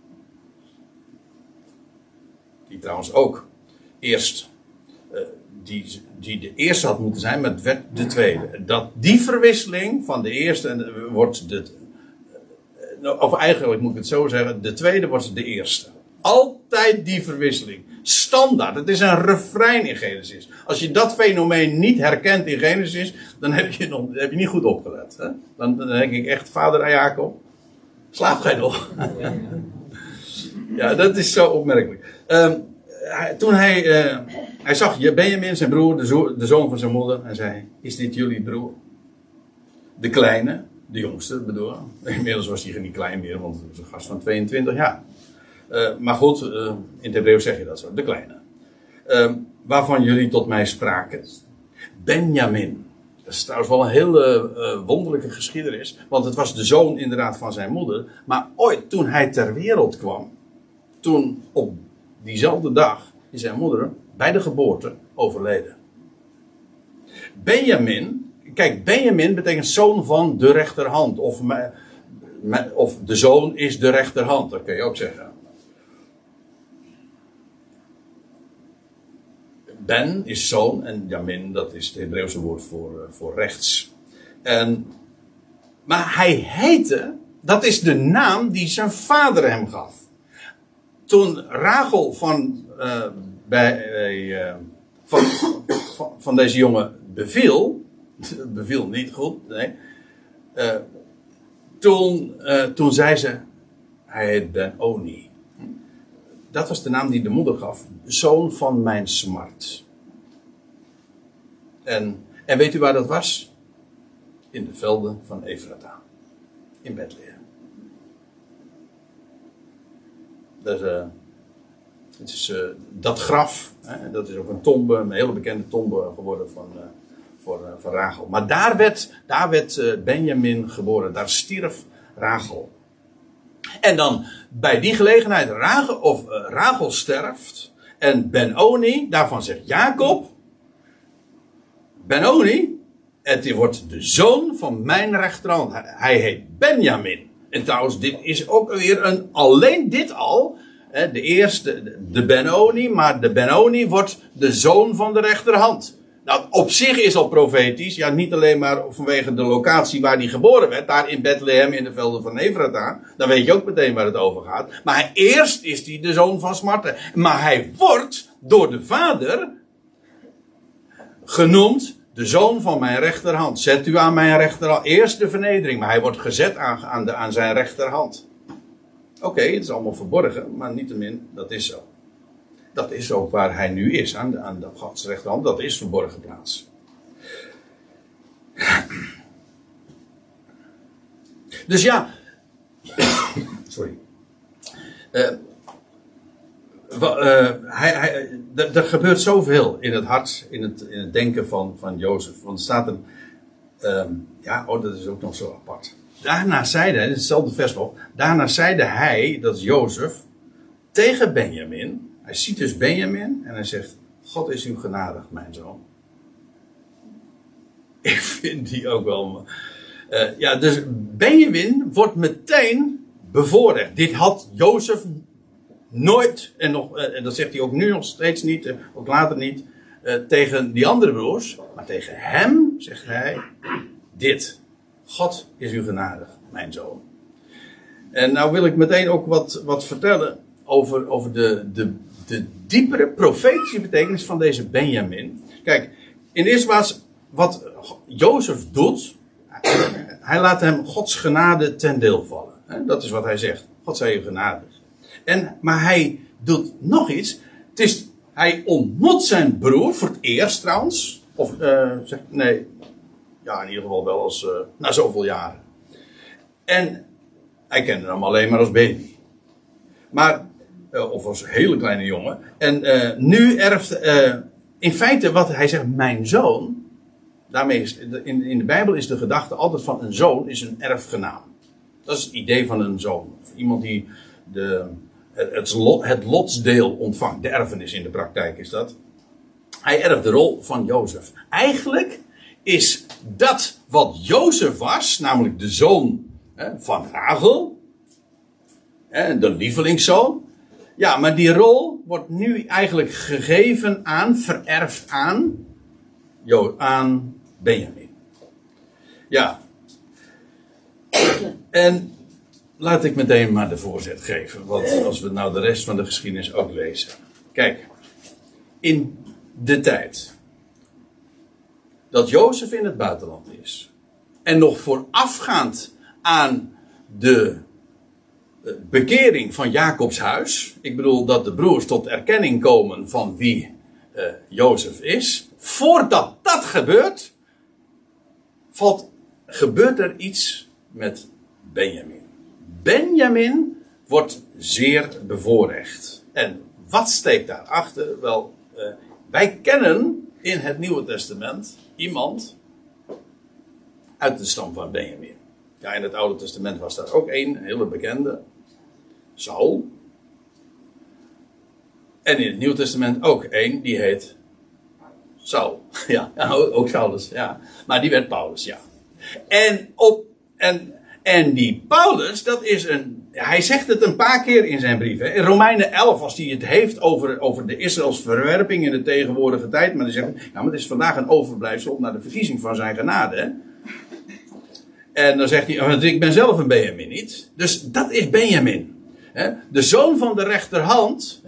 Die trouwens ook eerst, uh, die, die de eerste had moeten zijn, maar het werd de tweede. Dat die verwisseling van de eerste en de, wordt de, uh, of eigenlijk moet ik het zo zeggen, de tweede wordt de eerste. Altijd die verwisseling. Standaard. Het is een refrein in Genesis. Als je dat fenomeen niet herkent in Genesis, dan heb je, nog, heb je niet goed opgelet. Hè? Dan, dan denk ik echt, vader Jacob, slaapt gij nog? Ja, dat is zo opmerkelijk. Um, hij, toen hij, uh, hij zag Benjamin, zijn broer, de, zo, de zoon van zijn moeder, en zei, is dit jullie broer? De kleine, de jongste bedoel. Inmiddels was hij niet klein meer, want hij was een gast van tweeëntwintig jaar. Uh, maar goed, uh, in het Hebreeuws zeg je dat zo, de kleine. Uh, waarvan jullie tot mij spraken. Benjamin. Dat is trouwens wel een hele uh, wonderlijke geschiedenis. Want het was de zoon inderdaad van zijn moeder. Maar ooit, toen hij ter wereld kwam. Toen op diezelfde dag is zijn moeder bij de geboorte overleden. Benjamin. Kijk, Benjamin betekent zoon van de rechterhand. Of, me, me, of de zoon is de rechterhand. Dat kun je ook zeggen. Ben is zoon en Jamin, dat is het Hebreeuwse woord voor, voor rechts. En, maar hij heette, dat is de naam die zijn vader hem gaf. Toen Rachel van, uh, bij, uh, van, van, van deze jongen beviel, beviel niet goed, nee. Uh, toen, uh, toen zei ze, hij heet Ben-Oni. Dat was de naam die de moeder gaf. Zoon van mijn smart. En, en weet u waar dat was? In de velden van Efrata. In Bethlehem. Dat is, uh, het is uh, dat graf. Hè, dat is ook een tombe. Een hele bekende tombe geworden van, uh, voor, uh, van Rachel. Maar daar werd, daar werd uh, Benjamin geboren. Daar stierf Rachel. En dan bij die gelegenheid Rachel, of, uh, Rachel sterft. En Ben-Oni, daarvan zegt Jacob, Ben-Oni, het wordt de zoon van mijn rechterhand. Hij heet Benjamin. En trouwens, dit is ook weer een, alleen dit al, de eerste, de Ben-Oni, maar de Ben-Oni wordt de zoon van de rechterhand. Nou, op zich is al profetisch, ja, niet alleen maar vanwege de locatie waar hij geboren werd, daar in Bethlehem in de velden van Efrata, dan weet je ook meteen waar het over gaat. Maar hij, eerst is hij de zoon van smarte. Maar hij wordt door de vader genoemd de zoon van mijn rechterhand. Zet u aan mijn rechterhand. Eerst de vernedering, maar hij wordt gezet aan, aan, de, aan zijn rechterhand. Oké, okay, het is allemaal verborgen, maar niettemin, dat is zo. Dat is ook waar hij nu is, aan de, aan de Gods rechterhand. Dat is verborgen plaats. Dus ja. Sorry. Uh, uh, hij, hij, er, er gebeurt zoveel in het hart, in het, in het denken van, van Jozef. Want er staat een... Um, ja, oh, dat is ook nog zo apart. Daarna zeide hij, hetzelfde vers nog. Daarna zeide hij, dat is Jozef, tegen Benjamin... Hij ziet dus Benjamin en hij zegt, God is u genadig, mijn zoon. Ik vind die ook wel... Uh, ja, dus Benjamin wordt meteen bevoorrecht. Dit had Jozef nooit, en, nog, uh, en dat zegt hij ook nu nog steeds niet, uh, ook later niet, uh, tegen die andere broers. Maar tegen hem zegt hij, dit, God is u genadig, mijn zoon. En nou wil ik meteen ook wat, wat vertellen over, over de... de De diepere profetische betekenis van deze Benjamin. Kijk, in de eerste plaats, wat Jozef doet, hij laat hem Gods genade ten deel vallen. Dat is wat hij zegt. God zij je genadig. En, maar hij doet nog iets. Het is, hij ontmoet zijn broer, voor het eerst trouwens. Of, uh, zeg, nee, ja, in ieder geval wel als, uh, na zoveel jaren. En hij kende hem alleen maar als baby. Maar... Uh, of als hele kleine jongen. En uh, nu erft... Uh, in feite wat hij zegt, mijn zoon... Daarmee is... In, in de Bijbel is de gedachte altijd van een zoon is een erfgenaam. Dat is het idee van een zoon. Of iemand die de, het, lot, het lotsdeel ontvangt. De erfenis in de praktijk is dat. Hij erft de rol van Jozef. Eigenlijk is dat wat Jozef was... Namelijk de zoon hè, van Rachel... Hè, de lievelingszoon... Ja, maar die rol wordt nu eigenlijk gegeven aan, vererfd aan, jo, aan Benjamin. Ja. En laat ik meteen maar de voorzet geven. Want als we nou de rest van de geschiedenis ook lezen. Kijk, in de tijd dat Jozef in het buitenland is. En nog voorafgaand aan de bekering van Jacobs huis. Ik bedoel dat de broers tot erkenning komen van wie uh, Jozef is. Voordat dat gebeurt, valt, gebeurt er iets met Benjamin. Benjamin wordt zeer bevoorrecht. En wat steekt daarachter? Wel, uh, wij kennen in het Nieuwe Testament iemand uit de stam van Benjamin. Ja, in het Oude Testament was daar ook één, een hele bekende. Saul. En in het Nieuwe Testament ook één, die heet Saul. Ja, ook Saulus, ja. Maar die werd Paulus, ja. En, op, en, en die Paulus, dat is een... Hij zegt het een paar keer in zijn brief. Hè. In Romeinen elf, als hij het heeft over, over de Israëls verwerping in de tegenwoordige tijd. Maar dan zegt hij, ja, maar het is vandaag een overblijfsel naar de verkiezing van zijn genade, hè. En dan zegt hij, want ik ben zelf een Benjamin niet. Dus dat is Benjamin. De zoon van de rechterhand.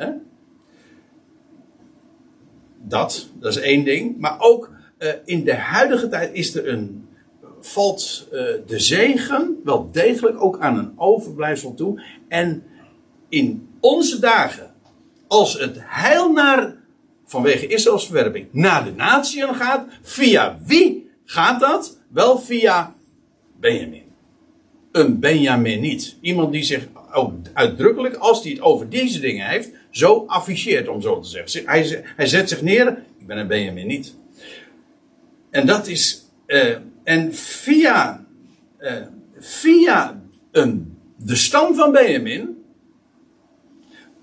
Dat, dat is één ding. Maar ook in de huidige tijd is er een, valt de zegen wel degelijk ook aan een overblijfsel toe. En in onze dagen, als het heil naar, vanwege Israëls verwerping, naar de natieën gaat, via wie gaat dat? Wel via Benjamin. Een Benjaminiet. Iemand die zich ook uitdrukkelijk, als hij het over deze dingen heeft, zo afficheert, om zo te zeggen. Hij, hij zet zich neer, ik ben een Benjaminiet. En dat is, uh, en via, uh, via een, de stam van Benjamin,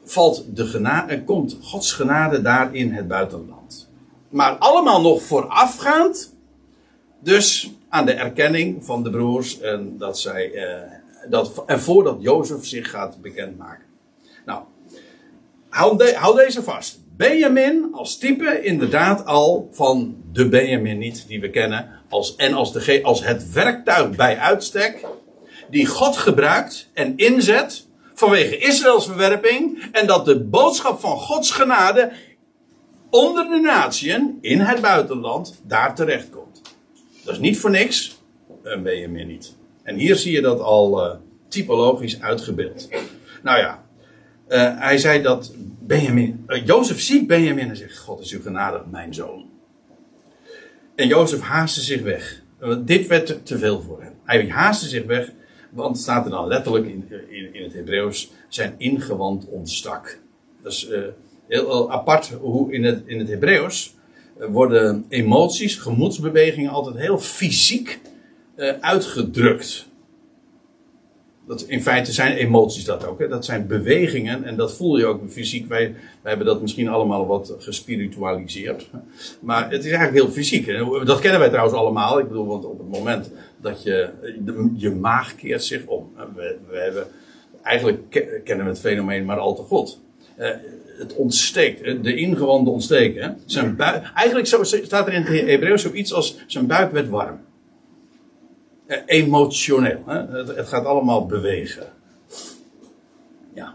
valt de genade, komt Gods genade daar in het buitenland. Maar allemaal nog voorafgaand, dus aan de erkenning van de broers en dat zij, eh, dat, en voordat Jozef zich gaat bekendmaken. Nou, hou, de, hou deze vast. Benjamin als type inderdaad al van de Benjamin niet die we kennen als, en als, de, als het werktuig bij uitstek die God gebruikt en inzet vanwege Israëls verwerping en dat de boodschap van Gods genade onder de natieën in het buitenland daar terecht komt. Dat is niet voor niks een Benjamin niet. En hier zie je dat al uh, typologisch uitgebeeld. Nou ja, uh, hij zei dat Benjamin, uh, Jozef ziet Benjamin en zegt: God is u genadig, mijn zoon. En Jozef haastte zich weg. Want dit werd te, te veel voor hem. Hij haastte zich weg, want het staat er dan letterlijk in, in, in het Hebreeuws: zijn ingewand ontstak. Dat is uh, heel apart hoe in het, in het Hebreeuws uh, worden emoties, gemoedsbewegingen altijd heel fysiek uh, uitgedrukt. Dat, in feite zijn emoties dat ook. Hè? Dat zijn bewegingen en dat voel je ook fysiek. Wij, wij hebben dat misschien allemaal wat gespiritualiseerd. Maar het is eigenlijk heel fysiek. Hè? Dat kennen wij trouwens allemaal. Ik bedoel, want op het moment dat je... De, je maag keert zich om. We, we hebben, eigenlijk kennen we het fenomeen maar al te goed. Uh, het ontsteekt. De ingewanden ontsteken. Hè? Zijn buik, eigenlijk zo, staat er in het Hebreeuws zoiets als zijn buik werd warm. Uh, emotioneel. Hè? Het, het gaat allemaal bewegen. Ja.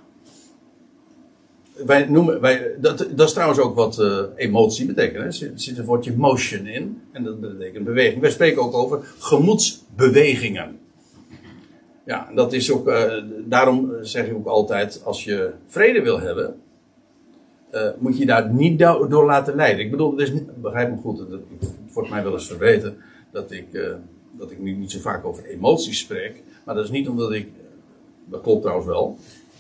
Wij noemen, wij, dat, dat is trouwens ook wat uh, emotie betekent. Hè? Er zit een woordje motion in. En dat betekent beweging. Wij spreken ook over gemoedsbewegingen. Ja, dat is ook... Uh, daarom zeg ik ook altijd, als je vrede wil hebben, Uh, moet je daar niet do- door laten leiden. Ik bedoel, het is, begrijp me goed, het, het wordt mij wel eens verweten dat ik, uh, dat ik nu niet zo vaak over emoties spreek. Maar dat is niet omdat ik... Dat klopt trouwens wel.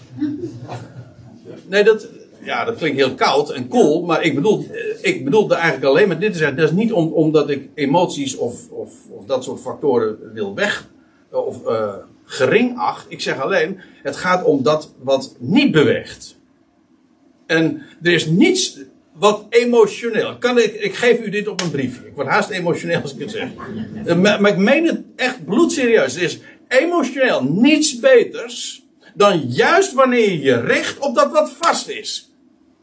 Nee, dat, ja, dat klinkt heel koud en cool, maar ik bedoel, ik bedoel eigenlijk alleen maar dit te zeggen. Dat is niet om, omdat ik emoties of, of, of dat soort factoren wil weg, of uh, gering acht. Ik zeg alleen, het gaat om dat wat niet beweegt. En er is niets wat emotioneel. Kan ik, ik geef u dit op een briefje. Ik word haast emotioneel als ik het zeg. Maar, maar ik meen het echt bloedserieus. Er is emotioneel niets beters dan juist wanneer je je richt op dat wat vast is.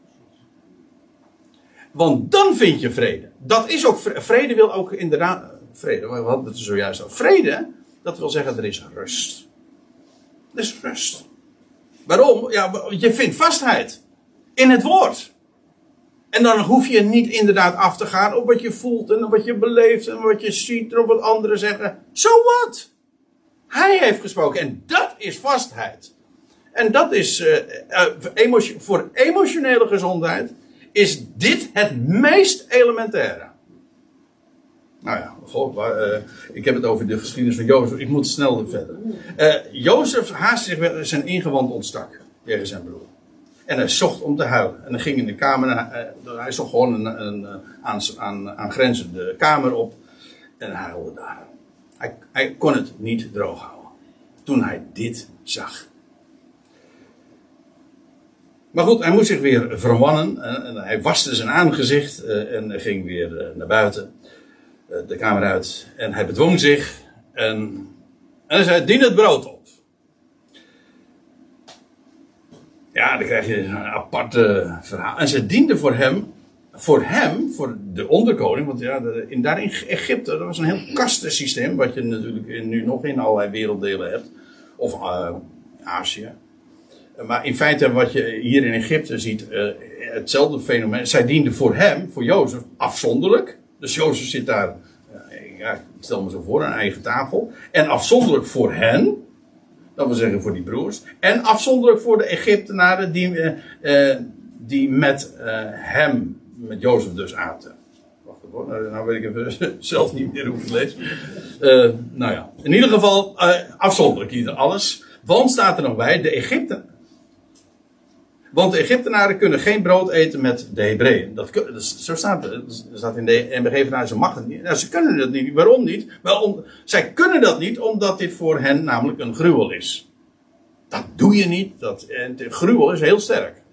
Want dan vind je vrede. Dat is ook vrede wil ook inderdaad vrede. We hadden het er zojuist over. Vrede, dat wil zeggen er is rust. Er is rust. Waarom? Ja, je vindt vastheid. In het woord. En dan hoef je niet inderdaad af te gaan op wat je voelt en op wat je beleeft en wat je ziet en op wat anderen zeggen. So what? Hij heeft gesproken en dat is vastheid. En dat is, uh, uh, emotie, voor emotionele gezondheid is dit het meest elementaire. Nou ja, God, uh, ik heb het over de geschiedenis van Jozef. Ik moet snel verder. Uh, Jozef haast zich weg, zijn ingewand ontstak tegen zijn broer. En hij zocht om te huilen. En hij ging in de kamer. Uh, hij zocht gewoon een, een, een aan, aan, aangrenzende kamer op. En hij huilde daar. Hij, hij kon het niet droog houden. Toen hij dit zag. Maar goed, hij moest zich weer verwannen. En, en hij waste zijn aangezicht. Uh, en ging weer uh, naar buiten. Uh, de kamer uit. En hij bedwong zich. En, en hij zei: dien het brood op. Ja, dan krijg je een aparte verhaal. En ze dienden voor hem, voor hem, voor de onderkoning, want ja, in, daar in Egypte, dat was een heel kastensysteem, wat je natuurlijk in, nu nog in allerlei werelddelen hebt, of uh, Azië. Maar in feite wat je hier in Egypte ziet, uh, hetzelfde fenomeen. Zij dienden voor hem, voor Jozef, afzonderlijk. Dus Jozef zit daar, uh, ja, ik stel me zo voor, aan een eigen tafel. En afzonderlijk voor hen. Dat wil zeggen voor die broers. En afzonderlijk voor de Egyptenaren die, uh, uh, die met uh, hem, met Jozef dus aten. Wacht even, nou, nou weet ik even zelf niet meer hoe ik het lees. Uh, nou ja, in ieder geval uh, afzonderlijk hier alles. Want staat er nog bij, de Egypten. Want de Egyptenaren kunnen geen brood eten met de Hebreeën. Dat, dat, zo staat het. Dat staat in de N B G-vertaling, ze mag het niet. Nou, ze kunnen dat niet. Waarom niet? Wel, om, zij kunnen dat niet omdat dit voor hen namelijk een gruwel is. Dat doe je niet. Dat, en het gruwel is heel sterk.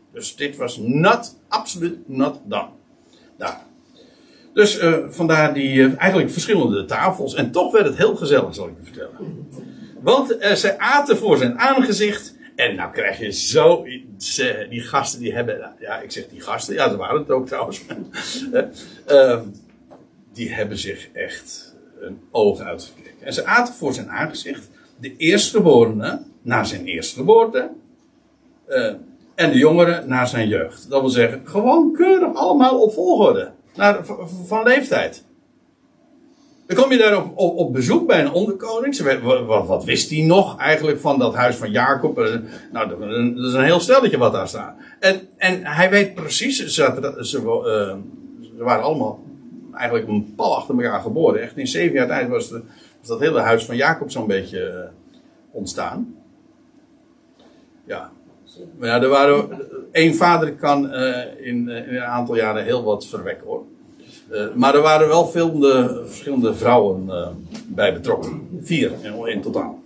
Dus dit was not, absoluut not done. Daar. Dus uh, vandaar die uh, eigenlijk verschillende tafels. En toch werd het heel gezellig, zal ik je vertellen. Want uh, zij aten voor zijn aangezicht. En nou krijg je zo... Ze, die gasten die hebben... Ja, ik zeg die gasten. Ja, ze waren het ook trouwens. uh, uh, die hebben zich echt een oog uitgekeken. En ze aten voor zijn aangezicht. De eerstgeborene naar zijn eerstgeboorte. Uh, en de jongeren naar zijn jeugd. Dat wil zeggen, gewoon keurig allemaal op volgorde. Naar, van leeftijd. Dan kom je daar op, op, op bezoek bij een onderkoning. Wat, wat wist hij nog eigenlijk van dat huis van Jacob? Nou, dat is een heel stelletje wat daar staat. En, en hij weet precies, ze, ze, uh, ze waren allemaal eigenlijk een pal achter elkaar geboren. Echt in zeven jaar tijd was, de, was dat hele huis van Jacob zo'n beetje uh, ontstaan. Ja. Maar ja, er waren... één vader kan uh, in, uh, in een aantal jaren heel wat verwekken, hoor. Uh, maar er waren wel veel de, verschillende vrouwen uh, bij betrokken. Vier in, in totaal.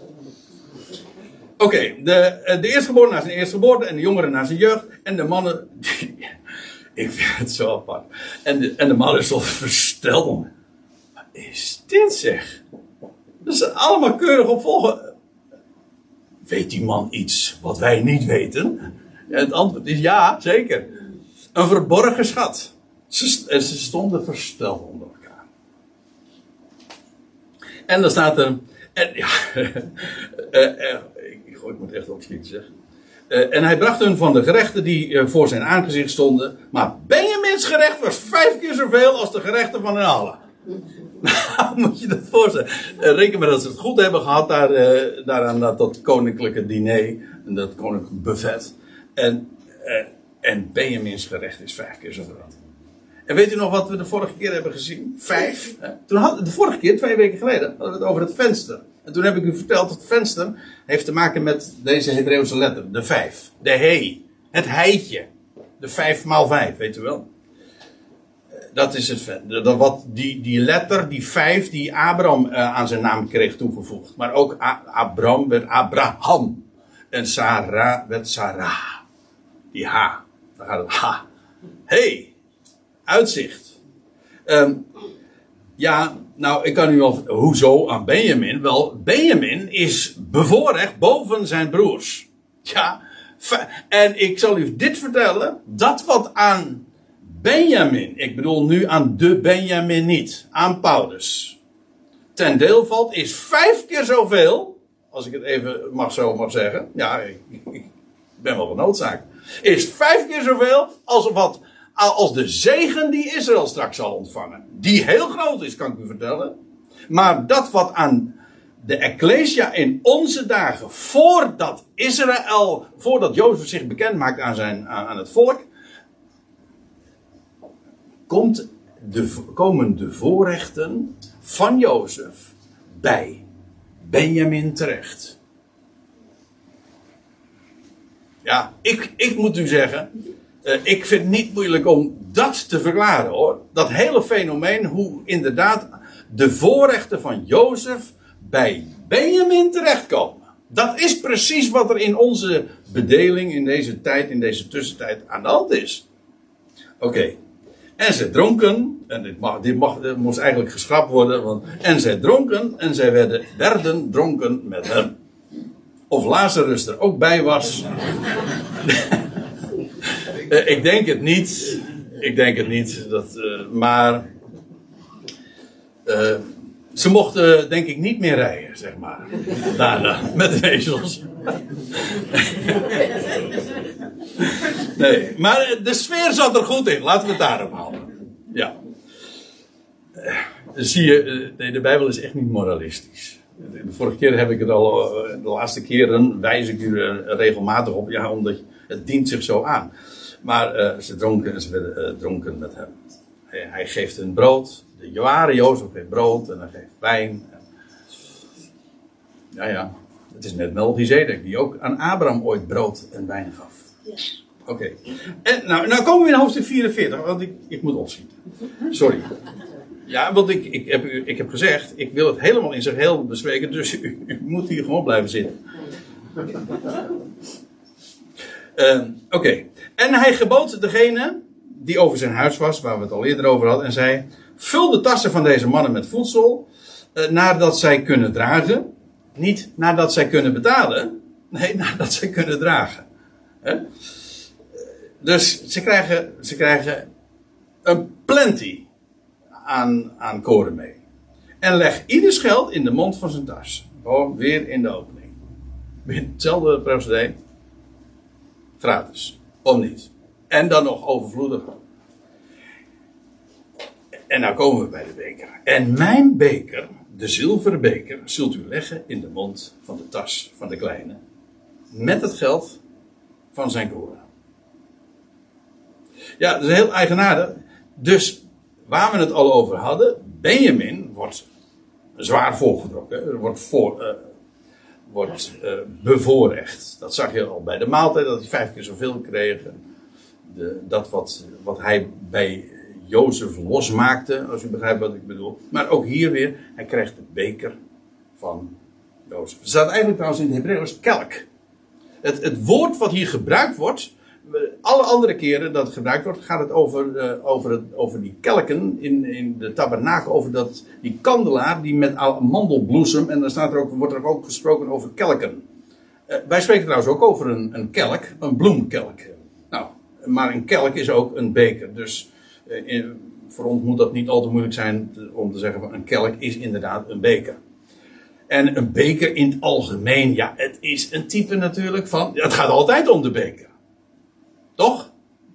Oké, okay, de, uh, de eerstgeboren naar zijn eerstgeboorte en de jongeren naar zijn jeugd. En de mannen... ik vind het zo apart. En de, en de mannen stonden versteld. Wat is dit, zeg? Dat is allemaal keurig op volgen. Weet die man iets wat wij niet weten? En het antwoord is ja, zeker. Een verborgen schat. Ze, en ze stonden versteld onder elkaar. En dan staat er... En, ja, uh, uh, ik, ik moet echt opschieten, zeg. Uh, en hij bracht hun van de gerechten die uh, voor zijn aangezicht stonden. Maar Benjamins gerecht was vijf keer zoveel als de gerechten van hun allen. Nou, moet je dat voorstellen. Uh, reken maar dat ze het goed hebben gehad daar, uh, daar aan dat, dat koninklijke diner. En dat koninklijke buffet. En, uh, en Benjamins gerecht is vijf keer zoveel. En weet u nog wat we de vorige keer hebben gezien? Vijf. Hè? Toen had, de vorige keer, twee weken geleden, hadden we het over het venster. En toen heb ik u verteld dat het venster heeft te maken met deze Hebreeuwse letter. De vijf. De he. Het heitje. De vijf maal vijf, weet u wel. Dat is het venster. Dat wat die, die letter, die vijf, die Abraham uh, aan zijn naam kreeg toegevoegd. Maar ook A- Abraham werd Abraham. En Sarah werd Sarah. Die H. Daar gaat het H. Hey. Uitzicht. Um, ja, nou, ik kan u wel... Hoezo aan Benjamin? Wel, Benjamin is bevoorrecht boven zijn broers. Ja, en ik zal u dit vertellen. Dat wat aan Benjamin, ik bedoel nu aan de Benjamin niet, aan Paulus, ten deel valt, is vijf keer zoveel, als ik het even mag zo mag zeggen. Ja, ik, ik ben wel genoodzaakt. Is vijf keer zoveel als wat... als de zegen die Israël straks zal ontvangen. Die heel groot is, kan ik u vertellen. Maar dat wat aan de Ecclesia in onze dagen, voordat Israël, voordat Jozef zich bekend maakt aan, zijn, aan, aan het volk, komt de, komen de voorrechten van Jozef bij Benjamin terecht. Ja, ik, ik moet u zeggen... Uh, ik vind het niet moeilijk om dat te verklaren, hoor. Dat hele fenomeen, hoe inderdaad de voorrechten van Jozef bij Benjamin terechtkomen. Dat is precies wat er in onze bedeling, in deze tijd, in deze tussentijd aan de hand is. Oké. Okay. En zij dronken, en dit, mag, dit, mag, dit moest eigenlijk geschrapt worden, want, en zij dronken, en zij werden, werden dronken met hem. Of Lazarus er ook bij was... Uh, ik denk het niet. Ik denk het niet. Dat, uh, maar. Uh, ze mochten, denk ik, niet meer rijden, zeg maar. Daarna, met de ezels. Nee, maar de sfeer zat er goed in. Laten we het daarop houden. Ja. Uh, zie je, uh, nee, de Bijbel is echt niet moralistisch. De vorige keer heb ik het al. Uh, de laatste keren wijs ik u er regelmatig op. Ja, omdat het dient zich zo aan. Maar uh, ze dronken en ze werden uh, dronken met hem. Hij, hij geeft hun brood. De jaren Jozef geeft brood en hij geeft wijn. En... Ja, ja. Het is net Melchizedek die ook aan Abraham ooit brood en wijn gaf. Ja. Oké. Okay. En nou, nou komen we in hoofdstuk vierenveertig, want ik, ik moet opschieten. Sorry. Ja, want ik, ik, heb, ik heb gezegd, ik wil het helemaal in zijn geheel bespreken, dus u, u moet hier gewoon blijven zitten. Uh, Oké. Okay. En hij gebood degene die over zijn huis was, waar we het al eerder over hadden, en zei: vul de tassen van deze mannen met voedsel, uh, nadat zij kunnen dragen. Niet nadat zij kunnen betalen. Nee, nadat zij kunnen dragen. He? Dus ze krijgen, ze krijgen een plenty aan, aan koren mee. En leg ieders geld in de mond van zijn tas. Gewoon weer in de opening. Weer hetzelfde procedé. Gratis. Om niet. En dan nog overvloedig. En nou komen we bij de beker. En mijn beker, de zilveren beker, zult u leggen in de mond van de tas van de kleine. Met het geld van zijn koren. Ja, dat is heel eigenaardig. Dus waar we het al over hadden, Benjamin wordt zwaar voorgedrokken. Er wordt, voor, uh, wordt uh, bevoorrecht. Dat zag je al bij de maaltijd, dat hij vijf keer zoveel kreeg. De, dat wat, wat hij bij Jozef losmaakte, als u begrijpt wat ik bedoel. Maar ook hier weer, hij krijgt de beker van Jozef. Er staat eigenlijk trouwens in het Hebreeuws kelk. Het, het woord wat hier gebruikt wordt, alle andere keren dat het gebruikt wordt, gaat het over, uh, over, het, over die kelken in, in de tabernakel, over dat, die kandelaar die met amandelbloesem, en dan staat er ook, wordt er ook gesproken over kelken. Uh, wij spreken trouwens ook over een, een kelk, een bloemkelk. Nou, maar een kelk is ook een beker, dus uh, in, voor ons moet dat niet al te moeilijk zijn te, om te zeggen van een kelk is inderdaad een beker. En een beker in het algemeen, ja, het is een type natuurlijk van, het gaat altijd om de beker. Toch?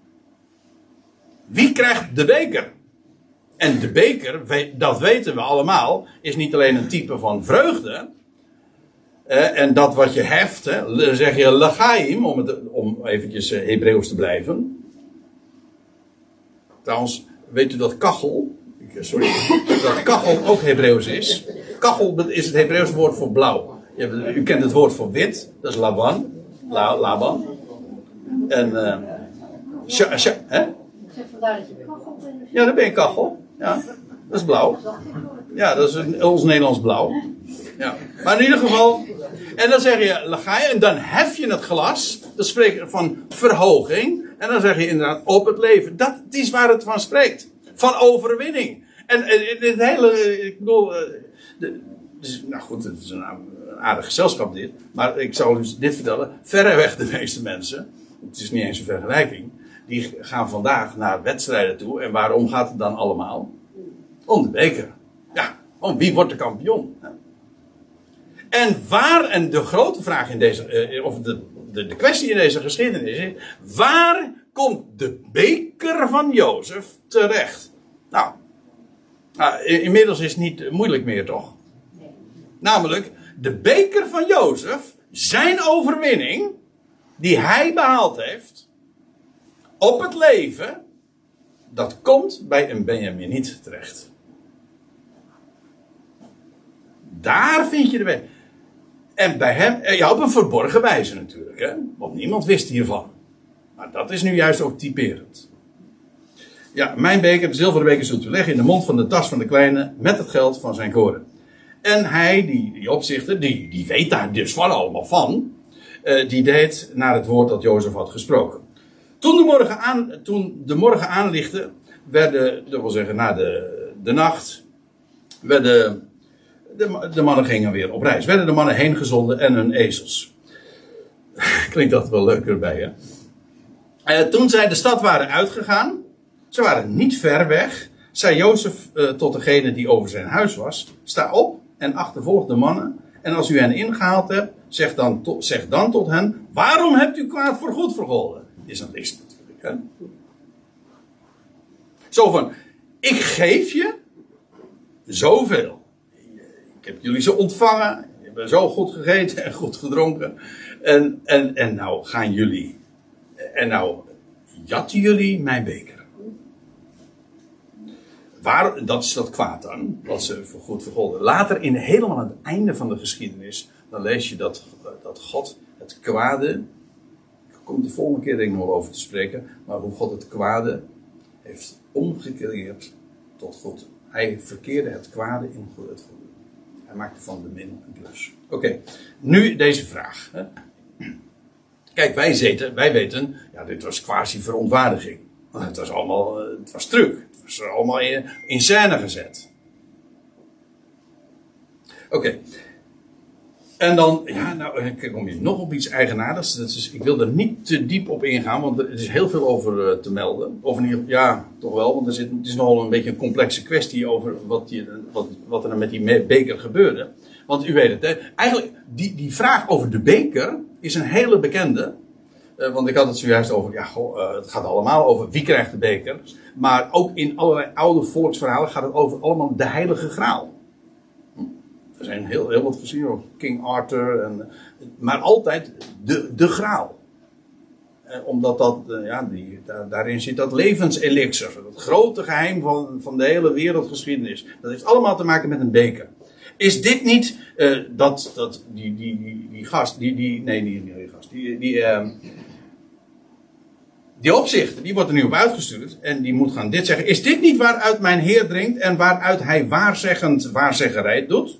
Wie krijgt de beker? En de beker, dat weten we allemaal, is niet alleen een type van vreugde. Eh, en dat wat je heft, hè, zeg je lechaim, om, het, om eventjes Hebreeuws te blijven. Trouwens, weet u dat kachel, sorry, dat kachel ook Hebreeuws is. Kachel is het Hebreeuwse woord voor blauw. Je, u kent het woord voor wit, dat is Laban. La, Laban. En, uh, sja, sja, hè? Vandaar dat je kachel bent. Ja, dan ben je kachel. Ja, dat is blauw. Ja, dat is een, ons Nederlands blauw. Ja. Maar in ieder geval, en dan zeg je, lagaai, en dan hef je het glas. Dat spreekt van verhoging. En dan zeg je inderdaad, op het leven. Dat is waar het van spreekt. Van overwinning. En, en, en het hele, ik bedoel, de, dus, nou goed, het is een aardig gezelschap dit. Maar ik zal u dit vertellen. Verreweg de meeste mensen, het is niet eens een vergelijking, die gaan vandaag naar wedstrijden toe. En waarom gaat het dan allemaal? Om de beker. Ja, om wie wordt de kampioen? Ja. En waar, en de grote vraag in deze, of de, de, de kwestie in deze geschiedenis is, waar komt de beker van Jozef terecht? Nou, nou inmiddels is het niet moeilijk meer, toch? Namelijk, de beker van Jozef, zijn overwinning, die hij behaald heeft, op het leven, dat komt bij een Benjaminiet terecht. Daar vind je de beker. En bij hem, ja, op een verborgen wijze natuurlijk, hè? Want niemand wist hiervan. Maar dat is nu juist ook typerend. Ja, mijn beker, de zilveren beker, zult u leggen in de mond van de tas van de kleine, met het geld van zijn koren. En hij, die, die opzichter, die, die weet daar dus van allemaal van, uh, die deed naar het woord dat Jozef had gesproken. Toen de morgen, aan, toen de morgen aanlichtte, werden, dat wil zeggen na de, de nacht, werden de, de mannen gingen weer op reis. Werden de mannen heen gezonden en hun ezels. Klinkt dat wel leuk erbij, hè? Uh, toen zij de stad waren uitgegaan, ze waren niet ver weg, zei Jozef uh, tot degene die over zijn huis was, sta op en achtervolg de mannen. En als u hen ingehaald hebt, zeg dan, to, zeg dan tot hen, waarom hebt u kwaad voor goed vergolden? Is een list natuurlijk, hè? Zo van, ik geef je zoveel. Ik heb jullie zo ontvangen, je hebt zo goed gegeten en goed gedronken. En, en, en nou gaan jullie, en nou jatten jullie mijn beker. Waar, dat is dat kwaad dan, wat ze voor goed vergolden. Later, in helemaal aan het einde van de geschiedenis, dan lees je dat, dat God het kwade, ik kom de volgende keer denk ik nog over te spreken, maar hoe God het kwade heeft omgekeerd tot goed. Hij verkeerde het kwade in het goede. Hij maakte van de min een plus. Oké, okay. Nu deze vraag. Hè. Kijk, wij, zeten, wij weten, ja, dit was quasi verontwaardiging. Want het was allemaal, het was truc. Het was allemaal in, in scène gezet. Oké. Okay. En dan, ja, nou, ik kom hier nog op iets eigenaardigs. Dat is, ik wil er niet te diep op ingaan, want er is heel veel over uh, te melden. Of in ieder, ja, toch wel, want er zit, het is nogal een beetje een complexe kwestie over wat, die, wat, wat er nou met die beker gebeurde. Want u weet het, hè, eigenlijk, die, die vraag over de beker is een hele bekende. Uh, want ik had het zojuist over, ja, goh, uh, het gaat allemaal over wie krijgt de beker. Maar ook in allerlei oude volksverhalen gaat het over allemaal de heilige graal. Er zijn heel, heel wat gezien over King Arthur. En, maar altijd de, de graal. Eh, omdat dat, eh, ja, die, daar, daarin zit dat levenselixer. Dat grote geheim van, van de hele wereldgeschiedenis. Dat heeft allemaal te maken met een beker. Is dit niet uh, dat, dat die, die, die, die gast, die, die, nee, die, die gast, die, die, uh, die opzichter, die wordt er nu op uitgestuurd en die moet gaan dit zeggen. Is dit niet waaruit mijn Heer drinkt en waaruit hij waarzeggend waarzeggerij doet?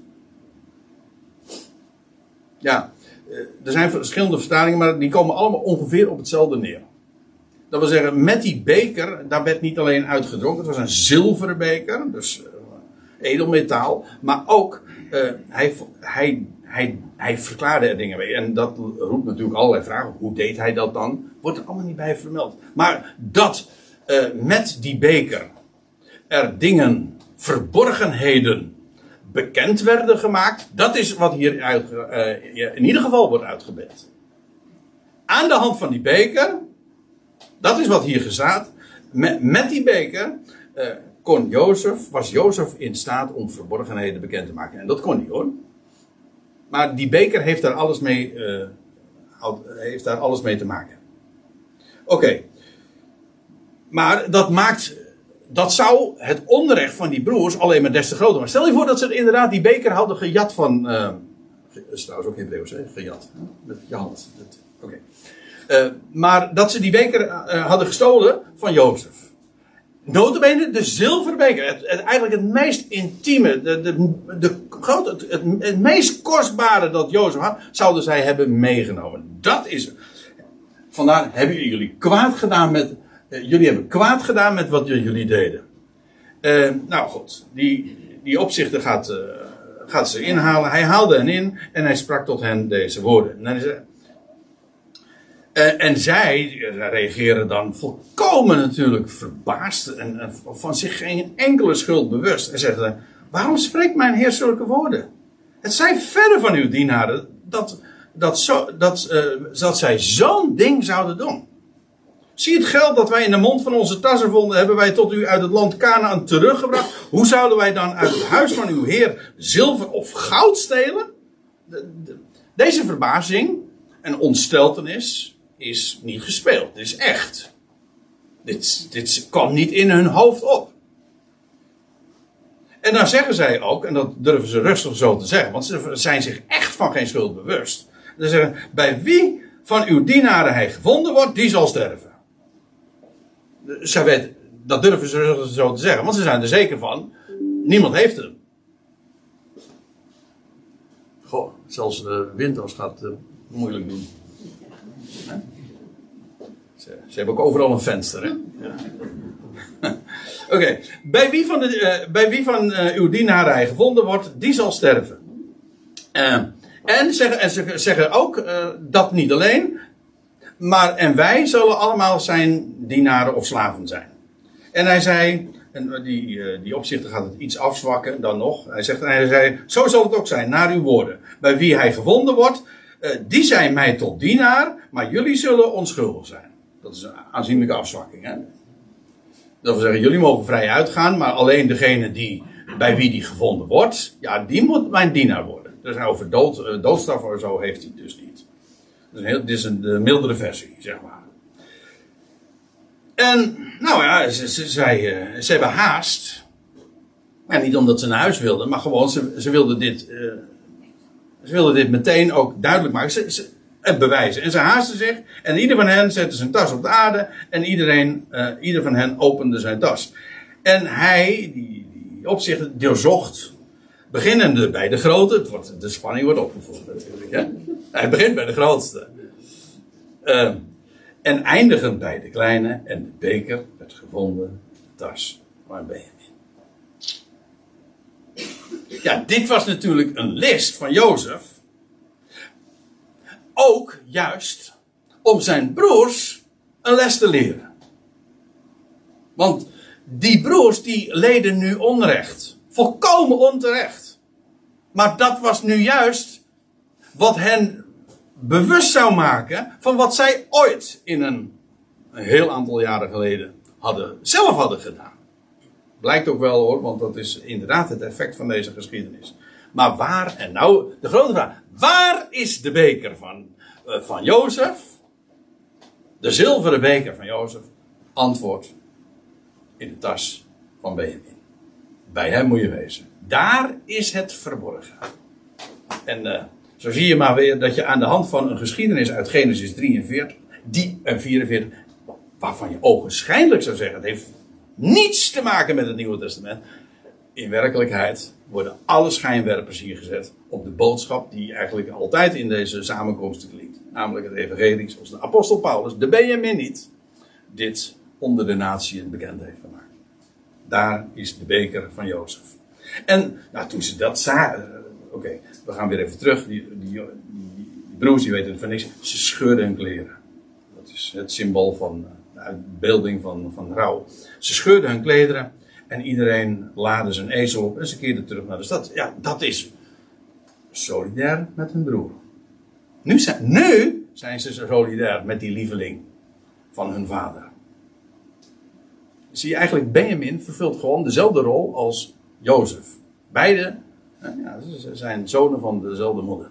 Ja, uh, er zijn verschillende vertalingen, maar die komen allemaal ongeveer op hetzelfde neer. Dat wil zeggen, met die beker, daar werd niet alleen uitgedronken, het was een zilveren beker, dus uh, edelmetaal, maar ook uh, hij, hij, hij, hij verklaarde er dingen mee. En dat roept natuurlijk allerlei vragen. Hoe deed hij dat dan? Wordt er allemaal niet bij vermeld. Maar dat uh, met die beker er dingen, verborgenheden, bekend werden gemaakt, dat is wat hier uit, uh, in ieder geval wordt uitgebeeld. Aan de hand van die beker, dat is wat hier staat, met, met die beker uh, kon Jozef, was Jozef in staat om verborgenheden bekend te maken. En dat kon hij hoor. Maar die beker heeft daar alles mee, uh, heeft daar alles mee te maken. Oké. Okay. Maar dat maakt, dat zou het onrecht van die broers alleen maar des te groter maken. Stel je voor dat ze inderdaad die beker hadden gejat van, uh, dat is trouwens ook Hebreeuws, hè? Gejat. Hè? Met je hand. Oké. Okay. Uh, maar dat ze die beker uh, hadden gestolen van Jozef. Nota bene de zilveren beker. Het, het, eigenlijk het meest intieme, de, de, de grote, het, het, het meest kostbare dat Jozef had, zouden zij hebben meegenomen. Dat is. Vandaar hebben jullie kwaad gedaan met. Uh, jullie hebben kwaad gedaan met wat jullie deden. Uh, nou goed, die, die opzichter gaat, uh, gaat ze inhalen. Hij haalde hen in en hij sprak tot hen deze woorden. En hij zei, Uh, en zij reageren dan volkomen natuurlijk verbaasd en, en van zich geen enkele schuld bewust. En zeggen, waarom spreekt mijn Heer zulke woorden? Het zijn verre van uw dienaren dat, dat, zo, dat, uh, dat zij zo'n ding zouden doen. Zie het geld dat wij in de mond van onze tassen vonden, hebben wij tot u uit het land Kanaan teruggebracht. Hoe zouden wij dan uit het huis van uw Heer zilver of goud stelen? De, de, deze verbazing en ontsteltenis is niet gespeeld. Dit is echt. Dit, dit kwam niet in hun hoofd op. En dan zeggen zij ook, en dat durven ze rustig zo te zeggen, want ze zijn zich echt van geen schuld bewust. Ze zeggen, bij wie van uw dienaren hij gevonden wordt, die zal sterven. Zij weten, dat durven ze rustig zo te zeggen, want ze zijn er zeker van, niemand heeft hem. Goh, zelfs de Winters gaat het uh, moeilijk doen. Hè? Ze, ze hebben ook overal een venster, hè? Ja. Oké, okay. bij wie van, de, uh, bij wie van uh, uw dienaren hij gevonden wordt, die zal sterven. Uh, en, zeggen, en ze zeggen ook uh, dat niet alleen, maar en wij zullen allemaal zijn dienaren of slaven zijn. En hij zei, en die, uh, die opzichter gaat het iets afzwakken dan nog. Hij zegt, en hij zei, zo zal het ook zijn, naar uw woorden. Bij wie hij gevonden wordt, uh, die zijn mij tot dienaar, maar jullie zullen onschuldig zijn. Dat is een aanzienlijke afzwakking, hè. Dat wil zeggen, jullie mogen vrij uitgaan, maar alleen degene die, bij wie die gevonden wordt, ja, die moet mijn dienaar worden. Dus over dood, uh, doodstraf of zo heeft hij dus niet. Dus een heel, dit is een de mildere versie, zeg maar. En, nou ja, ze, ze, zij, uh, ze hebben haast. En niet omdat ze naar huis wilden, maar gewoon, ze, ze wilden dit, uh, ze wilden dit meteen ook duidelijk maken. Ze, ze, en bewijzen. En ze haasten zich. En ieder van hen zette zijn tas op de aarde. En iedereen, uh, ieder van hen opende zijn tas. En hij, die, die opzichter, doorzocht. Beginnende bij de grote. Het wordt, de spanning wordt opgevoerd natuurlijk. Hè? Hij begint bij de grootste. Uh, en eindigend bij de kleine en de beker werd gevonden in de tas van Benjamin. Ja, dit was natuurlijk een list van Jozef. Ook juist om zijn broers een les te leren. Want die broers die leden nu onrecht. Volkomen onterecht. Maar dat was nu juist wat hen bewust zou maken van wat zij ooit in een, een heel aantal jaren geleden hadden, zelf hadden gedaan. Blijkt ook wel hoor, want dat is inderdaad het effect van deze geschiedenis. Maar waar, en nou de grote vraag, waar is de beker van, uh, van Jozef? De zilveren beker van Jozef? Antwoord, in de tas van Benjamin. Bij hem moet je wezen. Daar is het verborgen. En uh, zo zie je maar weer dat je aan de hand van een geschiedenis uit Genesis drieënveertig, die en vierenveertig, waarvan je ogenschijnlijk zou zeggen, het heeft niets te maken met het Nieuwe Testament. In werkelijkheid worden alle schijnwerpers hier gezet op de boodschap die eigenlijk altijd in deze samenkomsten klinkt. Namelijk het evangelie zoals de apostel Paulus, de Benjamin niet, dit onder de natie bekend heeft gemaakt. Daar is de beker van Jozef. En nou, toen ze dat zagen, uh, oké, okay, we gaan weer even terug. Die, die, die, die broers die weten van niks. Ze scheurden hun kleren. Dat is het symbool van de uh, uitbeelding van, van rouw. Ze scheurden hun klederen en iedereen laadde zijn ezel op en ze keerden terug naar de stad. Ja, dat is solidair met hun broer. Nu zijn, nu zijn ze solidair met die lieveling van hun vader. Zie je eigenlijk, Benjamin vervult gewoon dezelfde rol als Jozef. Beide ja, ze zijn zonen van dezelfde moeder.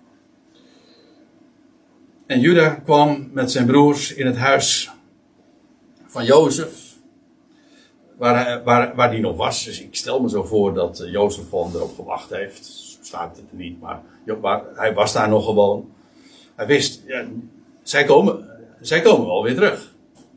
En Juda kwam met zijn broers in het huis van Jozef. Waar, waar, waar die nog was. Dus ik stel me zo voor dat Jozef gewoon erop gewacht heeft. Zo staat het er niet. Maar, maar hij was daar nog gewoon. Hij wist, ja, zij, komen, zij komen wel weer terug.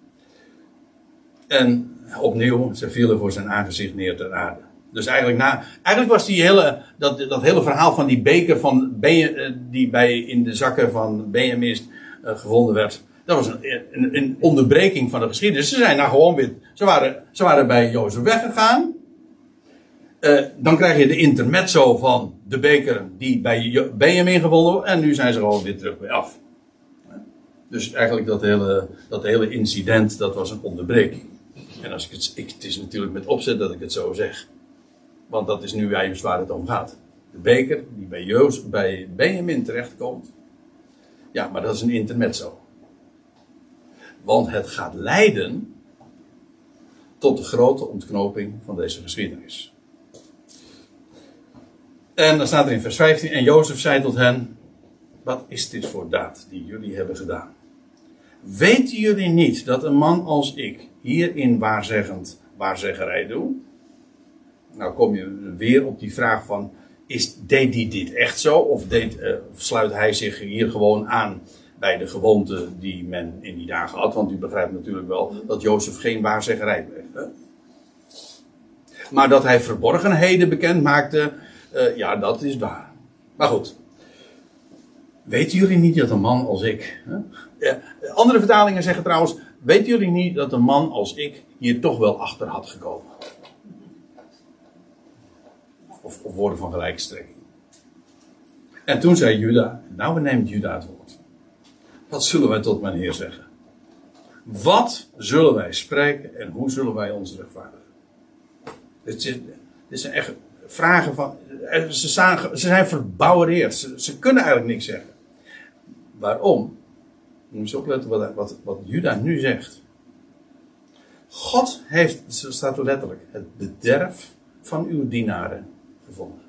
En opnieuw, ze vielen voor zijn aangezicht neer ter aarde. Dus eigenlijk, na, eigenlijk was die hele, dat, dat hele verhaal van die beker van Benja, die bij, in de zakken van Benjamin uh, gevonden werd. Dat was een, een, een onderbreking van de geschiedenis. Ze zijn nou gewoon weer, ze waren, ze waren bij Jozef weggegaan. Uh, dan krijg je de intermezzo van de beker die bij Benjamin gevonden wordt. En nu zijn ze gewoon weer terug bij af. Dus eigenlijk dat hele, dat hele incident, dat was een onderbreking. En als ik het, ik, het is natuurlijk met opzet dat ik het zo zeg. Want dat is nu juist waar het om gaat. De beker die bij, Jozef, bij Benjamin terechtkomt. Ja, maar dat is een intermezzo. Want het gaat leiden tot de grote ontknoping van deze geschiedenis. En dan staat er in vers vijftien. En Jozef zei tot hen: wat is dit voor daad die jullie hebben gedaan? Weten jullie niet dat een man als ik hierin waarzeggend waarzeggerij doe? Nou kom je weer op die vraag van, is, deed hij dit echt zo? Of, deed, uh, of sluit hij zich hier gewoon aan bij de gewoonte die men in die dagen had? Want u begrijpt natuurlijk wel dat Jozef geen waarzeggerij bleef. Hè? Maar dat hij verborgenheden bekend maakte, uh, ja, dat is waar. Maar goed. Weten jullie niet dat een man als ik... Hè? Ja, andere vertalingen zeggen trouwens, weten jullie niet dat een man als ik hier toch wel achter had gekomen? Of, of woorden van gelijke strekking. En toen zei Juda, nou neemt Juda het woord. Wat zullen wij tot mijn Heer zeggen? Wat zullen wij spreken en hoe zullen wij ons rechtvaardigen? Dit, is, dit zijn echt vragen van... Ze zijn, ze zijn verbouwereerd. Ze, ze kunnen eigenlijk niks zeggen. Waarom? Je moet eens opletten wat, wat, wat Juda nu zegt. God heeft, zo staat er letterlijk, het bederf van uw dienaren gevonden.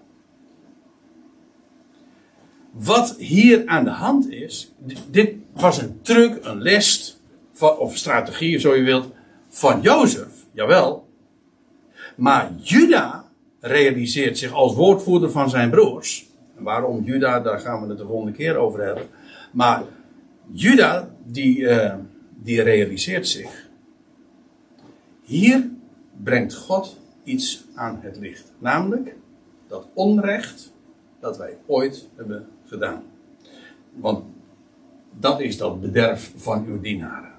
Wat hier aan de hand is, dit was een truc, een list, van, of strategie, zo je wilt, van Jozef, jawel. Maar Juda realiseert zich als woordvoerder van zijn broers. En waarom Juda, daar gaan we het de volgende keer over hebben. Maar Juda, die, uh, die realiseert zich. Hier brengt God iets aan het licht. Namelijk dat onrecht dat wij ooit hebben gedaan. Want dat is dat bederf van uw dienaren.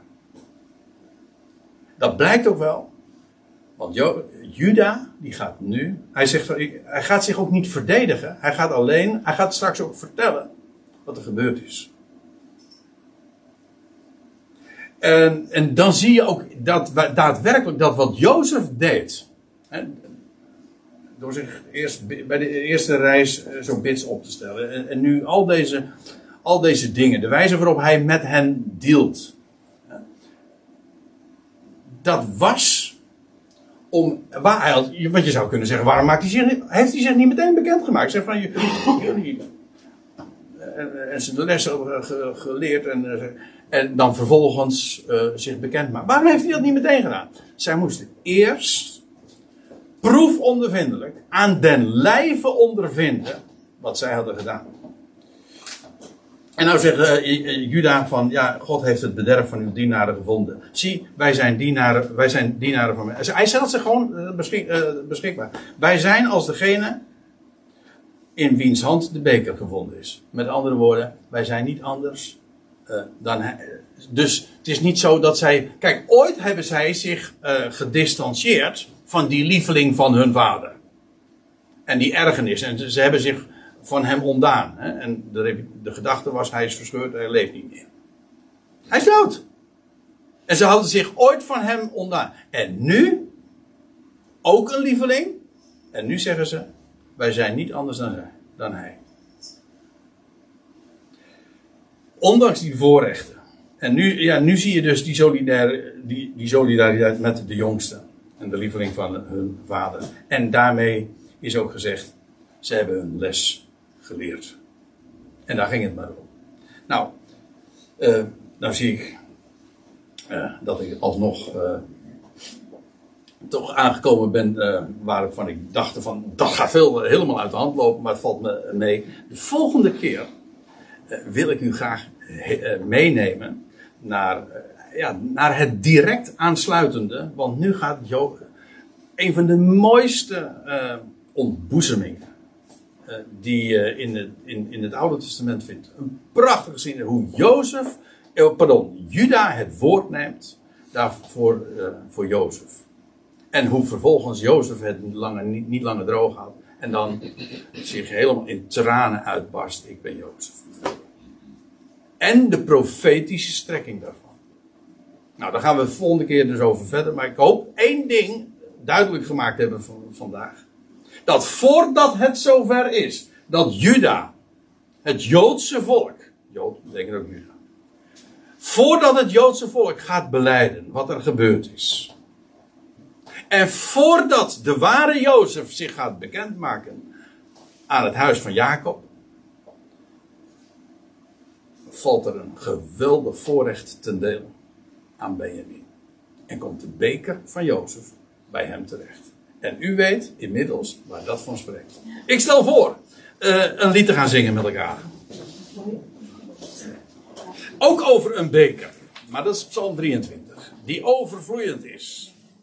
Dat blijkt ook wel. Want Jo- Juda, die gaat nu, hij zegt, hij gaat zich ook niet verdedigen. Hij gaat alleen, hij gaat straks ook vertellen wat er gebeurd is. En, en dan zie je ook dat daadwerkelijk dat wat Jozef deed. Hè, door zich eerst bij de eerste reis zo'n bits op te stellen. En, en nu al deze, al deze dingen, de wijze waarop hij met hen dealt. Dat was om, waar hij had, wat je zou kunnen zeggen, waarom maakt hij zich niet, heeft hij zich niet meteen bekendgemaakt? Zeg van, jullie, en, en ze de les hebben ge, geleerd en, en dan vervolgens uh, zich bekendmaken. Waarom heeft hij dat niet meteen gedaan? Zij moesten eerst proefondervindelijk aan den lijve ondervinden wat zij hadden gedaan. En nou zegt uh, Juda van, ja, God heeft het bederf van uw dienaren gevonden. Zie, wij zijn dienaren, wij zijn dienaren van mij. Hij stelt zich gewoon uh, beschik, uh, beschikbaar. Wij zijn als degene in wiens hand de beker gevonden is. Met andere woorden, wij zijn niet anders uh, dan hij. Dus het is niet zo dat zij... Kijk, ooit hebben zij zich uh, gedistanceerd van die lieveling van hun vader. En die ergernis. En ze hebben zich van hem ontdaan. Hè? En de, de gedachte was, hij is verscheurd, hij leeft niet meer. Hij is dood. En ze hadden zich ooit van hem ontdaan. En nu, ook een lieveling. En nu zeggen ze, wij zijn niet anders dan, zij, dan hij. Ondanks die voorrechten. En nu, ja, nu zie je dus die, solidaire, die, die solidariteit met de jongste. En de lieveling van hun vader. En daarmee is ook gezegd, ze hebben hun les geleerd. En daar ging het maar om. Nou, uh, nou zie ik uh, dat ik alsnog uh, toch aangekomen ben uh, waarvan ik dacht van, dat gaat veel uh, helemaal uit de hand lopen, maar het valt me mee. De volgende keer uh, wil ik u graag uh, meenemen naar, uh, ja, naar het direct aansluitende, want nu gaat Jo een van de mooiste uh, ontboezemingen uh, die je uh, in, het, in, in het Oude Testament vindt. Een prachtige zin hoe Jozef, eh, pardon, Juda het woord neemt daarvoor uh, voor Jozef. En hoe vervolgens Jozef het lange, niet, niet langer droog had. En dan zich helemaal in tranen uitbarst. Ik ben Jozef. En de profetische strekking daarvan. Nou, daar gaan we de volgende keer dus over verder. Maar ik hoop één ding duidelijk gemaakt hebben van vandaag. Dat voordat het zover is, dat Juda, het Joodse volk, Jood betekent ook Juda, voordat het Joodse volk gaat belijden wat er gebeurd is. En voordat de ware Jozef zich gaat bekendmaken aan het huis van Jacob, valt er een geweldig voorrecht ten deel aan Benjamin. En komt de beker van Jozef bij hem terecht. En u weet inmiddels waar dat van spreekt. Ik stel voor uh, een lied te gaan zingen met elkaar. Ook over een beker. Maar dat is Psalm drieëntwintig. Die overvloeiend is.